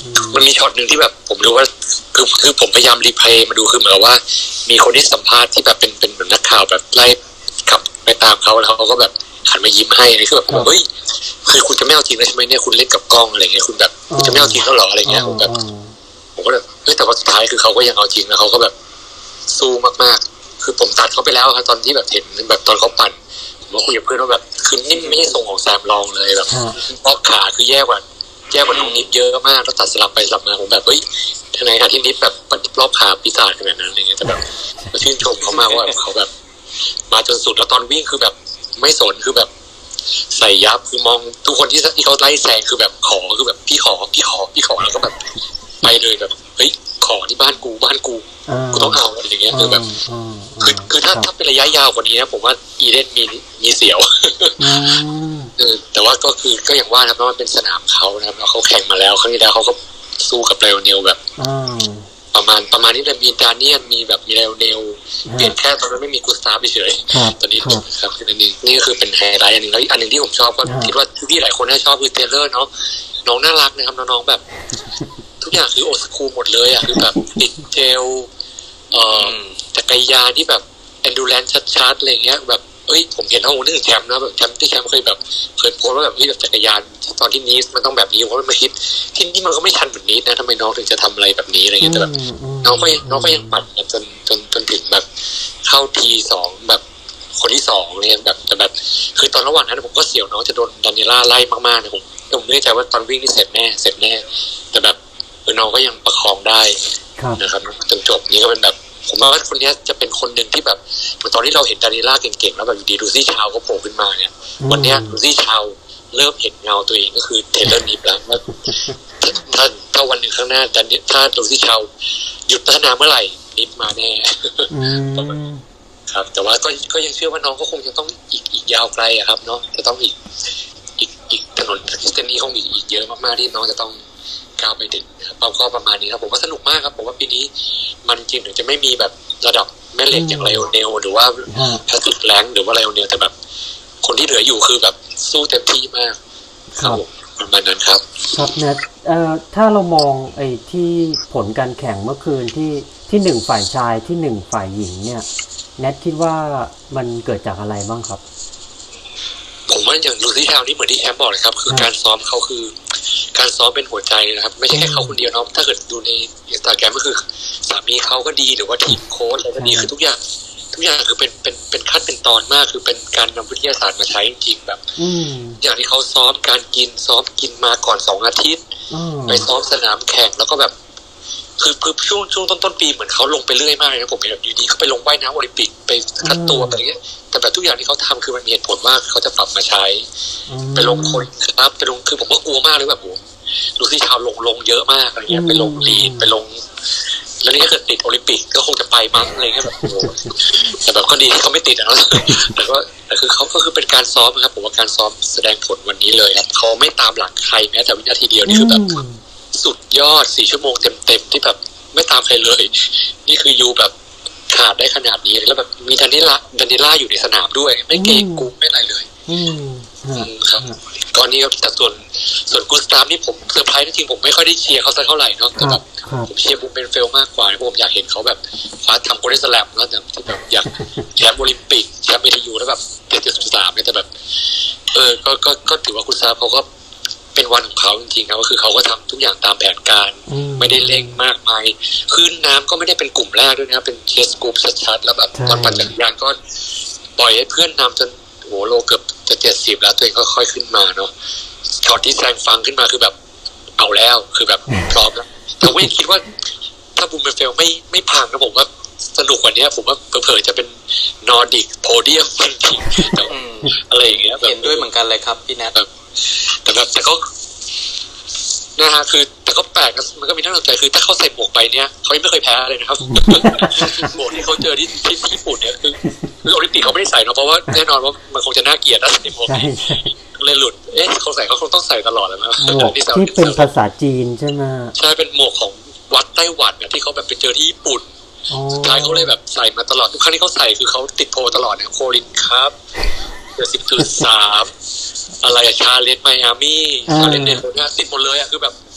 มันมีช็อตหนึ่งที่แบบผมรู้ว่าคือคือผมพยายามรีเพลย์มาดูคือเหมือนว่ามีคนที่สัมภาษณ์ที่แบบเป็นเป็นเหมือนนักข่าวแบบไล่ขับไปตามเขาแล้วเขาก็แบบหันมายิ้มให้นี่คือแบบเฮ้ยคือคุณจะไม่เอาจริงแล้วใช่ไหมเนี่ยคุณเล่นกับกล้องอะไรเงี้ยคุณแบบคุณจะไม่เอาจริงแล้วหรออะไรเงี้ยผมแบบผมก็แบบเฮ้ยแต่ว่าสุดท้ายคือเขาก็ยังเอาจริงแล้วเขาก็แบบสู้มากๆคือผมตัดเขาไปแล้วครับตอนที่แบบเห็นแบบตอนเขาปั่นผมก็คุยกับเพื่อนว่าแบบคือนี่ไม่ใช่ทรงของแซมลองเลยแบบเพราะขาคือแย่กว่าแย่กว่าน้องนิฟเยอะมากแล้วตัดสลับไปสลับมาผมแบบเฮ้ยทนายค่ะที่นิฟแบบรอบขาปีศาจขนาดนั้นอะไรเงี้ยแต่แบบมาชื่นชมเขามากว่าเขาแบบมาจนสุดแล้วตอนวิ่งคือแบบไม่สนคือแบบใส่ยับคือมองทุกคนที่ที่เขาไล่แซงคือแบบขอคือแบบพี่ขอพี่ขอพี่ขอแล้วก็แบบไปเลยแบบเฮ้ยขอที่บ้านกูบ้านกูกูต้องเอาอะไรอย่างเงี้ยคือแบบคือคือถ้าถ้าเป็นระยะยาวกว่านี้นะผมว่าอีเดนมีมีเสียวเออแต่ว่าก็คือก็อย่างว่านะเพราะมันเป็นสนามเขานะครับแล้วเขาแข่งมาแล้วครั้งที่แล้วเขาก็สู้กับเรโอเนลแบบประมาณประมาณนี้เลยมีดาเนียนมีแบบมีเรโอเนลเปลี่ยนแค่ตอนนั้นไม่มีกูสตาฟเฉยตอนนี้ครับคืออันนี้นี่ก็คือเป็นไฮไลท์อันหนึ่งแล้วอีกอันหนึ่งที่ผมชอบก็คิดว่าพี่หลายคนน่าชอบคือเทเลอร์เนาะน้องน่ารักนะครับน้องๆแบบทุกอย่างคือโอสคูลหมดเลยอ่ะคือแบบติดเจลเอ่อจักรยานที่แบบแอนดูแลนซ์ชัดๆอะไรเงี้ยแบบเอ้ยผมเห็นเขานึกถึงแชมป์นะแบบแชมป์ที่แชมป์เคยแบบเคยโพสว่าแบบที่แบบจักรยานตอนที่นีสมันต้องแบบนี้เพราะมันมาคิดที่นี่มันก็ไม่ทันแบบนี้นะทำไมน้องถึงจะทำอะไรแบบนี้อะไรเงี้ยแต่แบบน้องก็น้องก็ยังปั่นจนจนจนถึงแบบเข้าทีสองแบบคนที่สองเนี่ยแบบแต่แบบคือตอนระหว่างนั้นผมก็เสียวน้องจะโดนดานิล่าไล่มากๆนะผมผมไม่แน่ใจว่าตอนวิ่งนี่เสร็จแน่เสร็จแน่แต่แบบน้องก็ยังประคองได้นะครับจนจบนี้ก็เป็นแบบผมว่าคนนี้จะเป็นคนหนึ่งที่แบบเหมือนตอนที่เราเห็นดานิล่าเก่งๆแล้วแบบอยู่ดีดูซี่ชาวก็โผล่ขึ้นมาเนี่ยวันนี้ดูซี่ชาวเริ่มเห็นเงาตัวเองก็คือเทเลอร์นิฟแล้วว่าถ้าถ้าวันหนึ่งข้างหน้าดันถ้าดูซี่ชาวหยุดพัฒนาเมื่อไหร่นิฟมาแน่ครับแต่ว่าก็ก็ยังเชื่อว่าน้องก็คงจะต้องอีกอีกยาวไกลอะครับเนาะจะต้องอีกอีกอีกถนนเส้นนี้คงอีกอีกเยอะมากๆที่น้องจะต้องก้าวไปถึงครับก็ประมาณนี้ครับผมว่าสนุกมากครับผมว่าปีนี้มันจริงถึงจะไม่มีแบบระดับแม่เหล็กอย่างไลโอเนลหรือว่าแพทริกแลงหรือว่าไลโอเนลแต่แบบคนที่เหลืออยู่คือแบบสู้เต็มที่มากครับประมาณนั้นครับครับเนทเอ่อถ้าเรามองไอ้ที่ผลการแข่งเมื่อคืนที่ที่หนึ่งฝ่ายชายที่หนึ่งฝ่ายหญิงเนี่ยเนทคิดว่ามันเกิดจากอะไรบ้างครับผมว่าอย่างลูซี่ชาวนี่เหมือนที่แชมป์บอกเลยครับคือการซ้อมเขาคือการซ้อมเป็นหัวใจนะครับไม่ใช่แค่เขาคนเดียวเนาะถ้าเกิดดูในอินสตาแกรมก็คือสามีเขาก็ดีหรือว่าทีมโค้ชอะไรก็ดีคือทุกอย่างทุกอย่างคือเป็นเป็นเป็นขั้นเป็นตอนมากคือเป็นการนำวิทยาศาสตร์มาใช้จริงๆแบบอย่างที่เขาซ้อมการกินซ้อมกินมาก่อนสองอาทิตย์ไปซ้อมสนามแข่งแล้วก็แบบคือคือช่วงช่วงต้นต้นปีเหมือนเขาลงไปเรื่อยมากเลยนะผมเห็นแบบอยู่ดีเขาไปลงว่ายน้ำโอลิมปิกไปคัดตัวอะไรเงี้ยแต่แบบทุกอย่างที่เขาทำคือมันมีเหตุผลว่าเขาจะปรับมาใช้ไปลงคนครับไปลงคือผมก็กลัวมากเลยแบบผมดูที่ชาวลงลงเยอะมากอะไรเงี้ยไปลงลีดไปลงแล้วนี่ก็เกิดติดโอลิมปิกก็คงจะไปมั้งอะไรเงี้ยแบบโอ้แต่แบบก็ดีที่เขาไม่ติดนะแต่ก็แต่คือเขาก็คือเป็นการซ้อมนะครับผมว่าการซ้อมแสดงผลวันนี้เลยครับเขาไม่ตามหลังใครแม้แต่วินาทีเดียวนี่คือแบบสุดยอดสี่ชั่วโมงเต็มๆที่แบบไม่ตามใครเลยนี่คือยูแบบขาดได้ขนาดนี้แล้วแบบมีดานิล่าดานิล่าอยู่ในสนามด้วยไม่เกรงกูไม่อะไรเลยครับก่อนนี้ครับแต่ส่วนส่วนกูสตาฟนี่ผมเซอร์ไพรส์จริงๆผมไม่ค่อยได้เชียร์เขาสักเท่าไหร่เนาะแต่แบบผมเชียร์บูมเบนเฟลมากกว่าผมอยากเห็นเขาแบบคว้าทำโกลเด้นสแลมเนาะแต่ที่แบบอยากแชมป์โอลิมปิกแชมป์เอทียูแล้วแบบเจ็ดจุดสามเนี่ยแต่แบบเออก็ก็ก็ถือว่ากูสตาฟเขาก็เป็นวันของเขาจริงๆนะก็คือเขาก็ทำทุกอย่างตามแผนการไม่ได้เร่งมากมายขึ้นน้ำก็ไม่ได้เป็นกลุ่มแรกด้วยนะครับเป็นเชสกลุ่มชัดๆแล้วแบบตอนปั่นจักรยานก็ปล่อยให้เพื่อนนำจนโหโลเกือบจะเจ็ดสิบแล้วตัวเองก็ค่อยขึ้นมาเนาะช็อตที่แซงฟังขึ้นมาคือแบบเอาแล้วคือแบบพร้อมแล้วแต่ว่าคิดว่าถ้าบูมเบนเฟลไม่ไม่พังนะผมว่าสนุกกว่านี้ผมว่าเผลอๆจะเป็นนอร์ดิกโพเดียมจริงๆอะไรอย่างเงี้ยเห็นด้วยเหมือนกันเลยครับพี่แนทแต่แบบแต่ก็นะฮะคือแต่ก็แปลกมันก็มีน่าสนใจคือถ้าเขาใส่หมวกไปเนี้ยเขาไม่เคยแพ้เลยนะครับหมวกที่เขาเจอที่ที่ญี่ปุ่นเนี่ยคือคือโอลิมปิกเขาไม่ได้ใส่เนาะเพราะว่าแน่นอนว่ามันคงจะน่าเกลียดนะใส่หมวกเลยหลุดเอ๊ะเขาใส่เขาคงต้องใส่ตลอดแล้วนะหมวกที่เป็นภาษาจีนใช่ไหมใช่เป็นหมวกของวัดไต้หวันเนี่ยที่เขาแบบไปเจอที่ญี่ปุ่นสุดท้ายเขาเลยแบบใส่มาตลอดทุกครั้งที่เขาใส่คือเขาติดโพตลอดนะโคลินครับเดือนสิบจุดสามอะไรอะชาเลนจ์ไมอามี่ชาเลนจ์เนี่ยโคน่าติดหมดเลยอะคือแบบ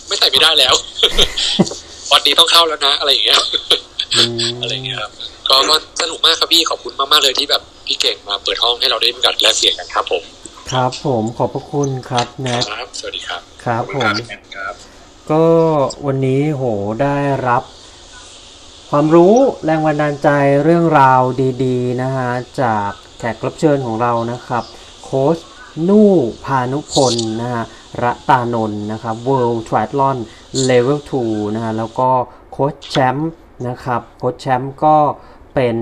ไม่ใส่ไม่ได้แล้ว วันนี้ต้องเข้าแล้วนะอะไรอย่างเงี้ยอะไรอย่างเงี้ยครับก็ก็สนุกมากครับพี่ขอบคุณมากๆเลยที่แบบพี่เก่งมาเปิดห้องให้เราได้มีการแลกเสียงกันครับผมครับผมขอบพระคุณครับแน็กครับสวัสดีครับครับผมก็วันนี้โหได้รับความรู้แรงบันดาลใจเรื่องราวดีๆนะฮะจากแขกรับเชิญของเรานะครับโค้ชนู่พานุพลนะฮะรัตานนท์นะครับ World Triathlon Level ทู นะฮะแล้วก็โค้ชแชมป์นะครับโค้ชแชมป์ก็เป็น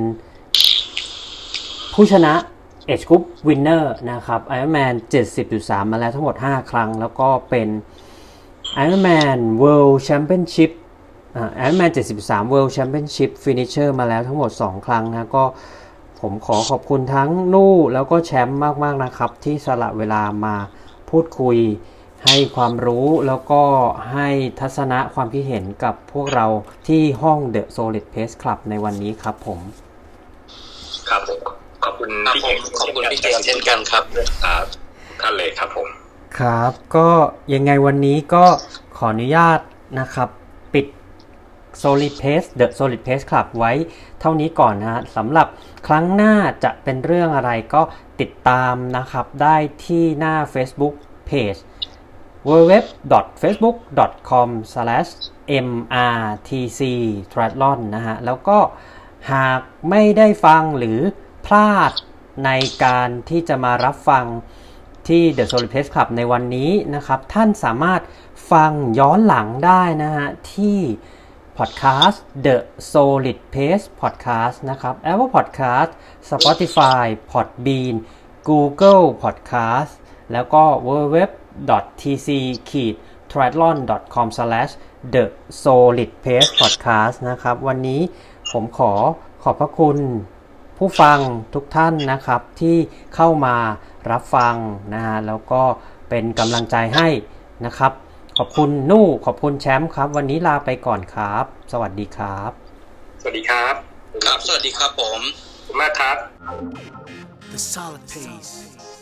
ผู้ชนะ Age Group Winner นะครับ Ironman เจ็ดสิบจุดสาม มาแล้วทั้งหมดห้าครั้งแล้วก็เป็น Ironman World Championship อ่า Ironman เจ็ดสิบจุดสาม World Championship Finisher มาแล้วทั้งหมดสองครั้งนะก็ผมขอขอบคุณทั้งนู่แล้วก็แชมป์มากๆนะครับที่สละเวลามาพูดคุยให้ความรู้แล้วก็ให้ทัศนะความคิดเห็นกับพวกเราที่ห้อง The Solid Pace Club ในวันนี้ครับผมครับผมขอบคุณพี่เก่งขอบคุณพี่เก่งเช่นกันครับครับท่านเลยครับผมครับก็ยังไงวันนี้ก็ขออนุญาตนะครับปิด Solid Pace The Solid Pace Club ไว้เท่านี้ก่อนนะฮะสำหรับครั้งหน้าจะเป็นเรื่องอะไรก็ติดตามนะครับได้ที่หน้า Facebook Pageดับเบิลยู ดับเบิลยู ดับเบิลยู ดอท เฟซบุ๊ก ดอท คอม สแลช เอ็ม อาร์ ที ซี Triathlon นะฮะแล้วก็หากไม่ได้ฟังหรือพลาดในการที่จะมารับฟังที่ The Solid Pace Club ในวันนี้นะครับท่านสามารถฟังย้อนหลังได้นะฮะที่ Podcast The Solid Pace Podcast นะครับ Apple Podcast Spotify Podbean Google Podcast แล้วก็ ดับเบิลยู ดับเบิลยู ดับเบิลยู ดอท ที ซี ทริแอธลอน ดอท คอม สแลช เดอะ โซลิด เพจ พอดแคสต์ นะครับวันนี้ผมขอขอบพระคุณผู้ฟังทุกท่านนะครับที่เข้ามารับฟังนะฮะแล้วก็เป็นกำลังใจให้นะครับขอบคุณนู่ขอบคุณแชมป์ครับวันนี้ลาไปก่อนครับสวัสดีครับสวัสดีครับครับสวัสดีครับผมขอบคุณมากครับ The Solid Pace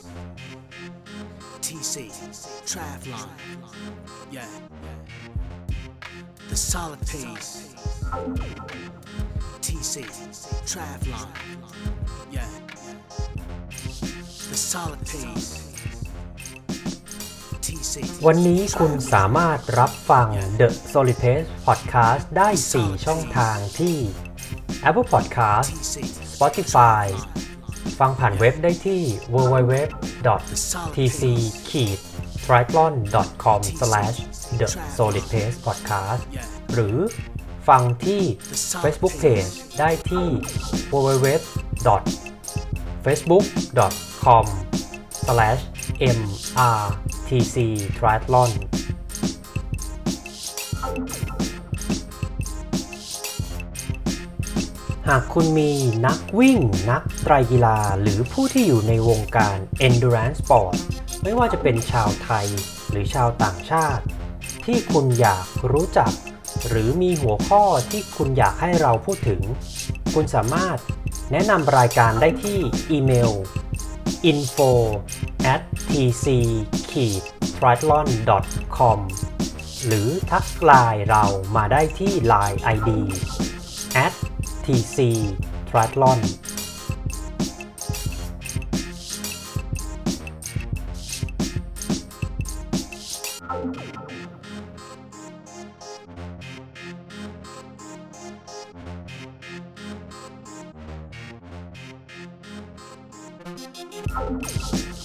ที ซี Triathlon yeah The Solid Paceที ซี Triathlon yeah The Solid Paceที ซีวันนี้คุณสามารถรับฟัง The Solid Pace Podcast ได้สี่ช่องทางที่ Apple Podcast Spotify ฟังผ่านเว็บได้ที่ ดับเบิลยู ดับเบิลยู ดับเบิลยู ดอท ที ซี ทริแอธลอน ดอท คอม สแลช เดอะ โซลิด เพจ พอดแคสต์ หรือฟังที่ Facebook Page ได้ที่ ดับเบิลยู ดับเบิลยู ดับเบิลยู ดอท เฟซบุ๊ก ดอท คอม สแลช เอ็ม อาร์ ที ซี Triathlonหากคุณมีนักวิ่งนักไตรกีฬาหรือผู้ที่อยู่ในวงการ Endurance Sport ไม่ว่าจะเป็นชาวไทยหรือชาวต่างชาติที่คุณอยากรู้จักหรือมีหัวข้อที่คุณอยากให้เราพูดถึงคุณสามารถแนะนำรายการได้ที่อีเมล อินโฟ แอท ที ซี ทริแอธลอน ดอท คอม หรือทักไลน์เรามาได้ที่ ไลน์ ไอ ดี แอท ที ซี Triathlon you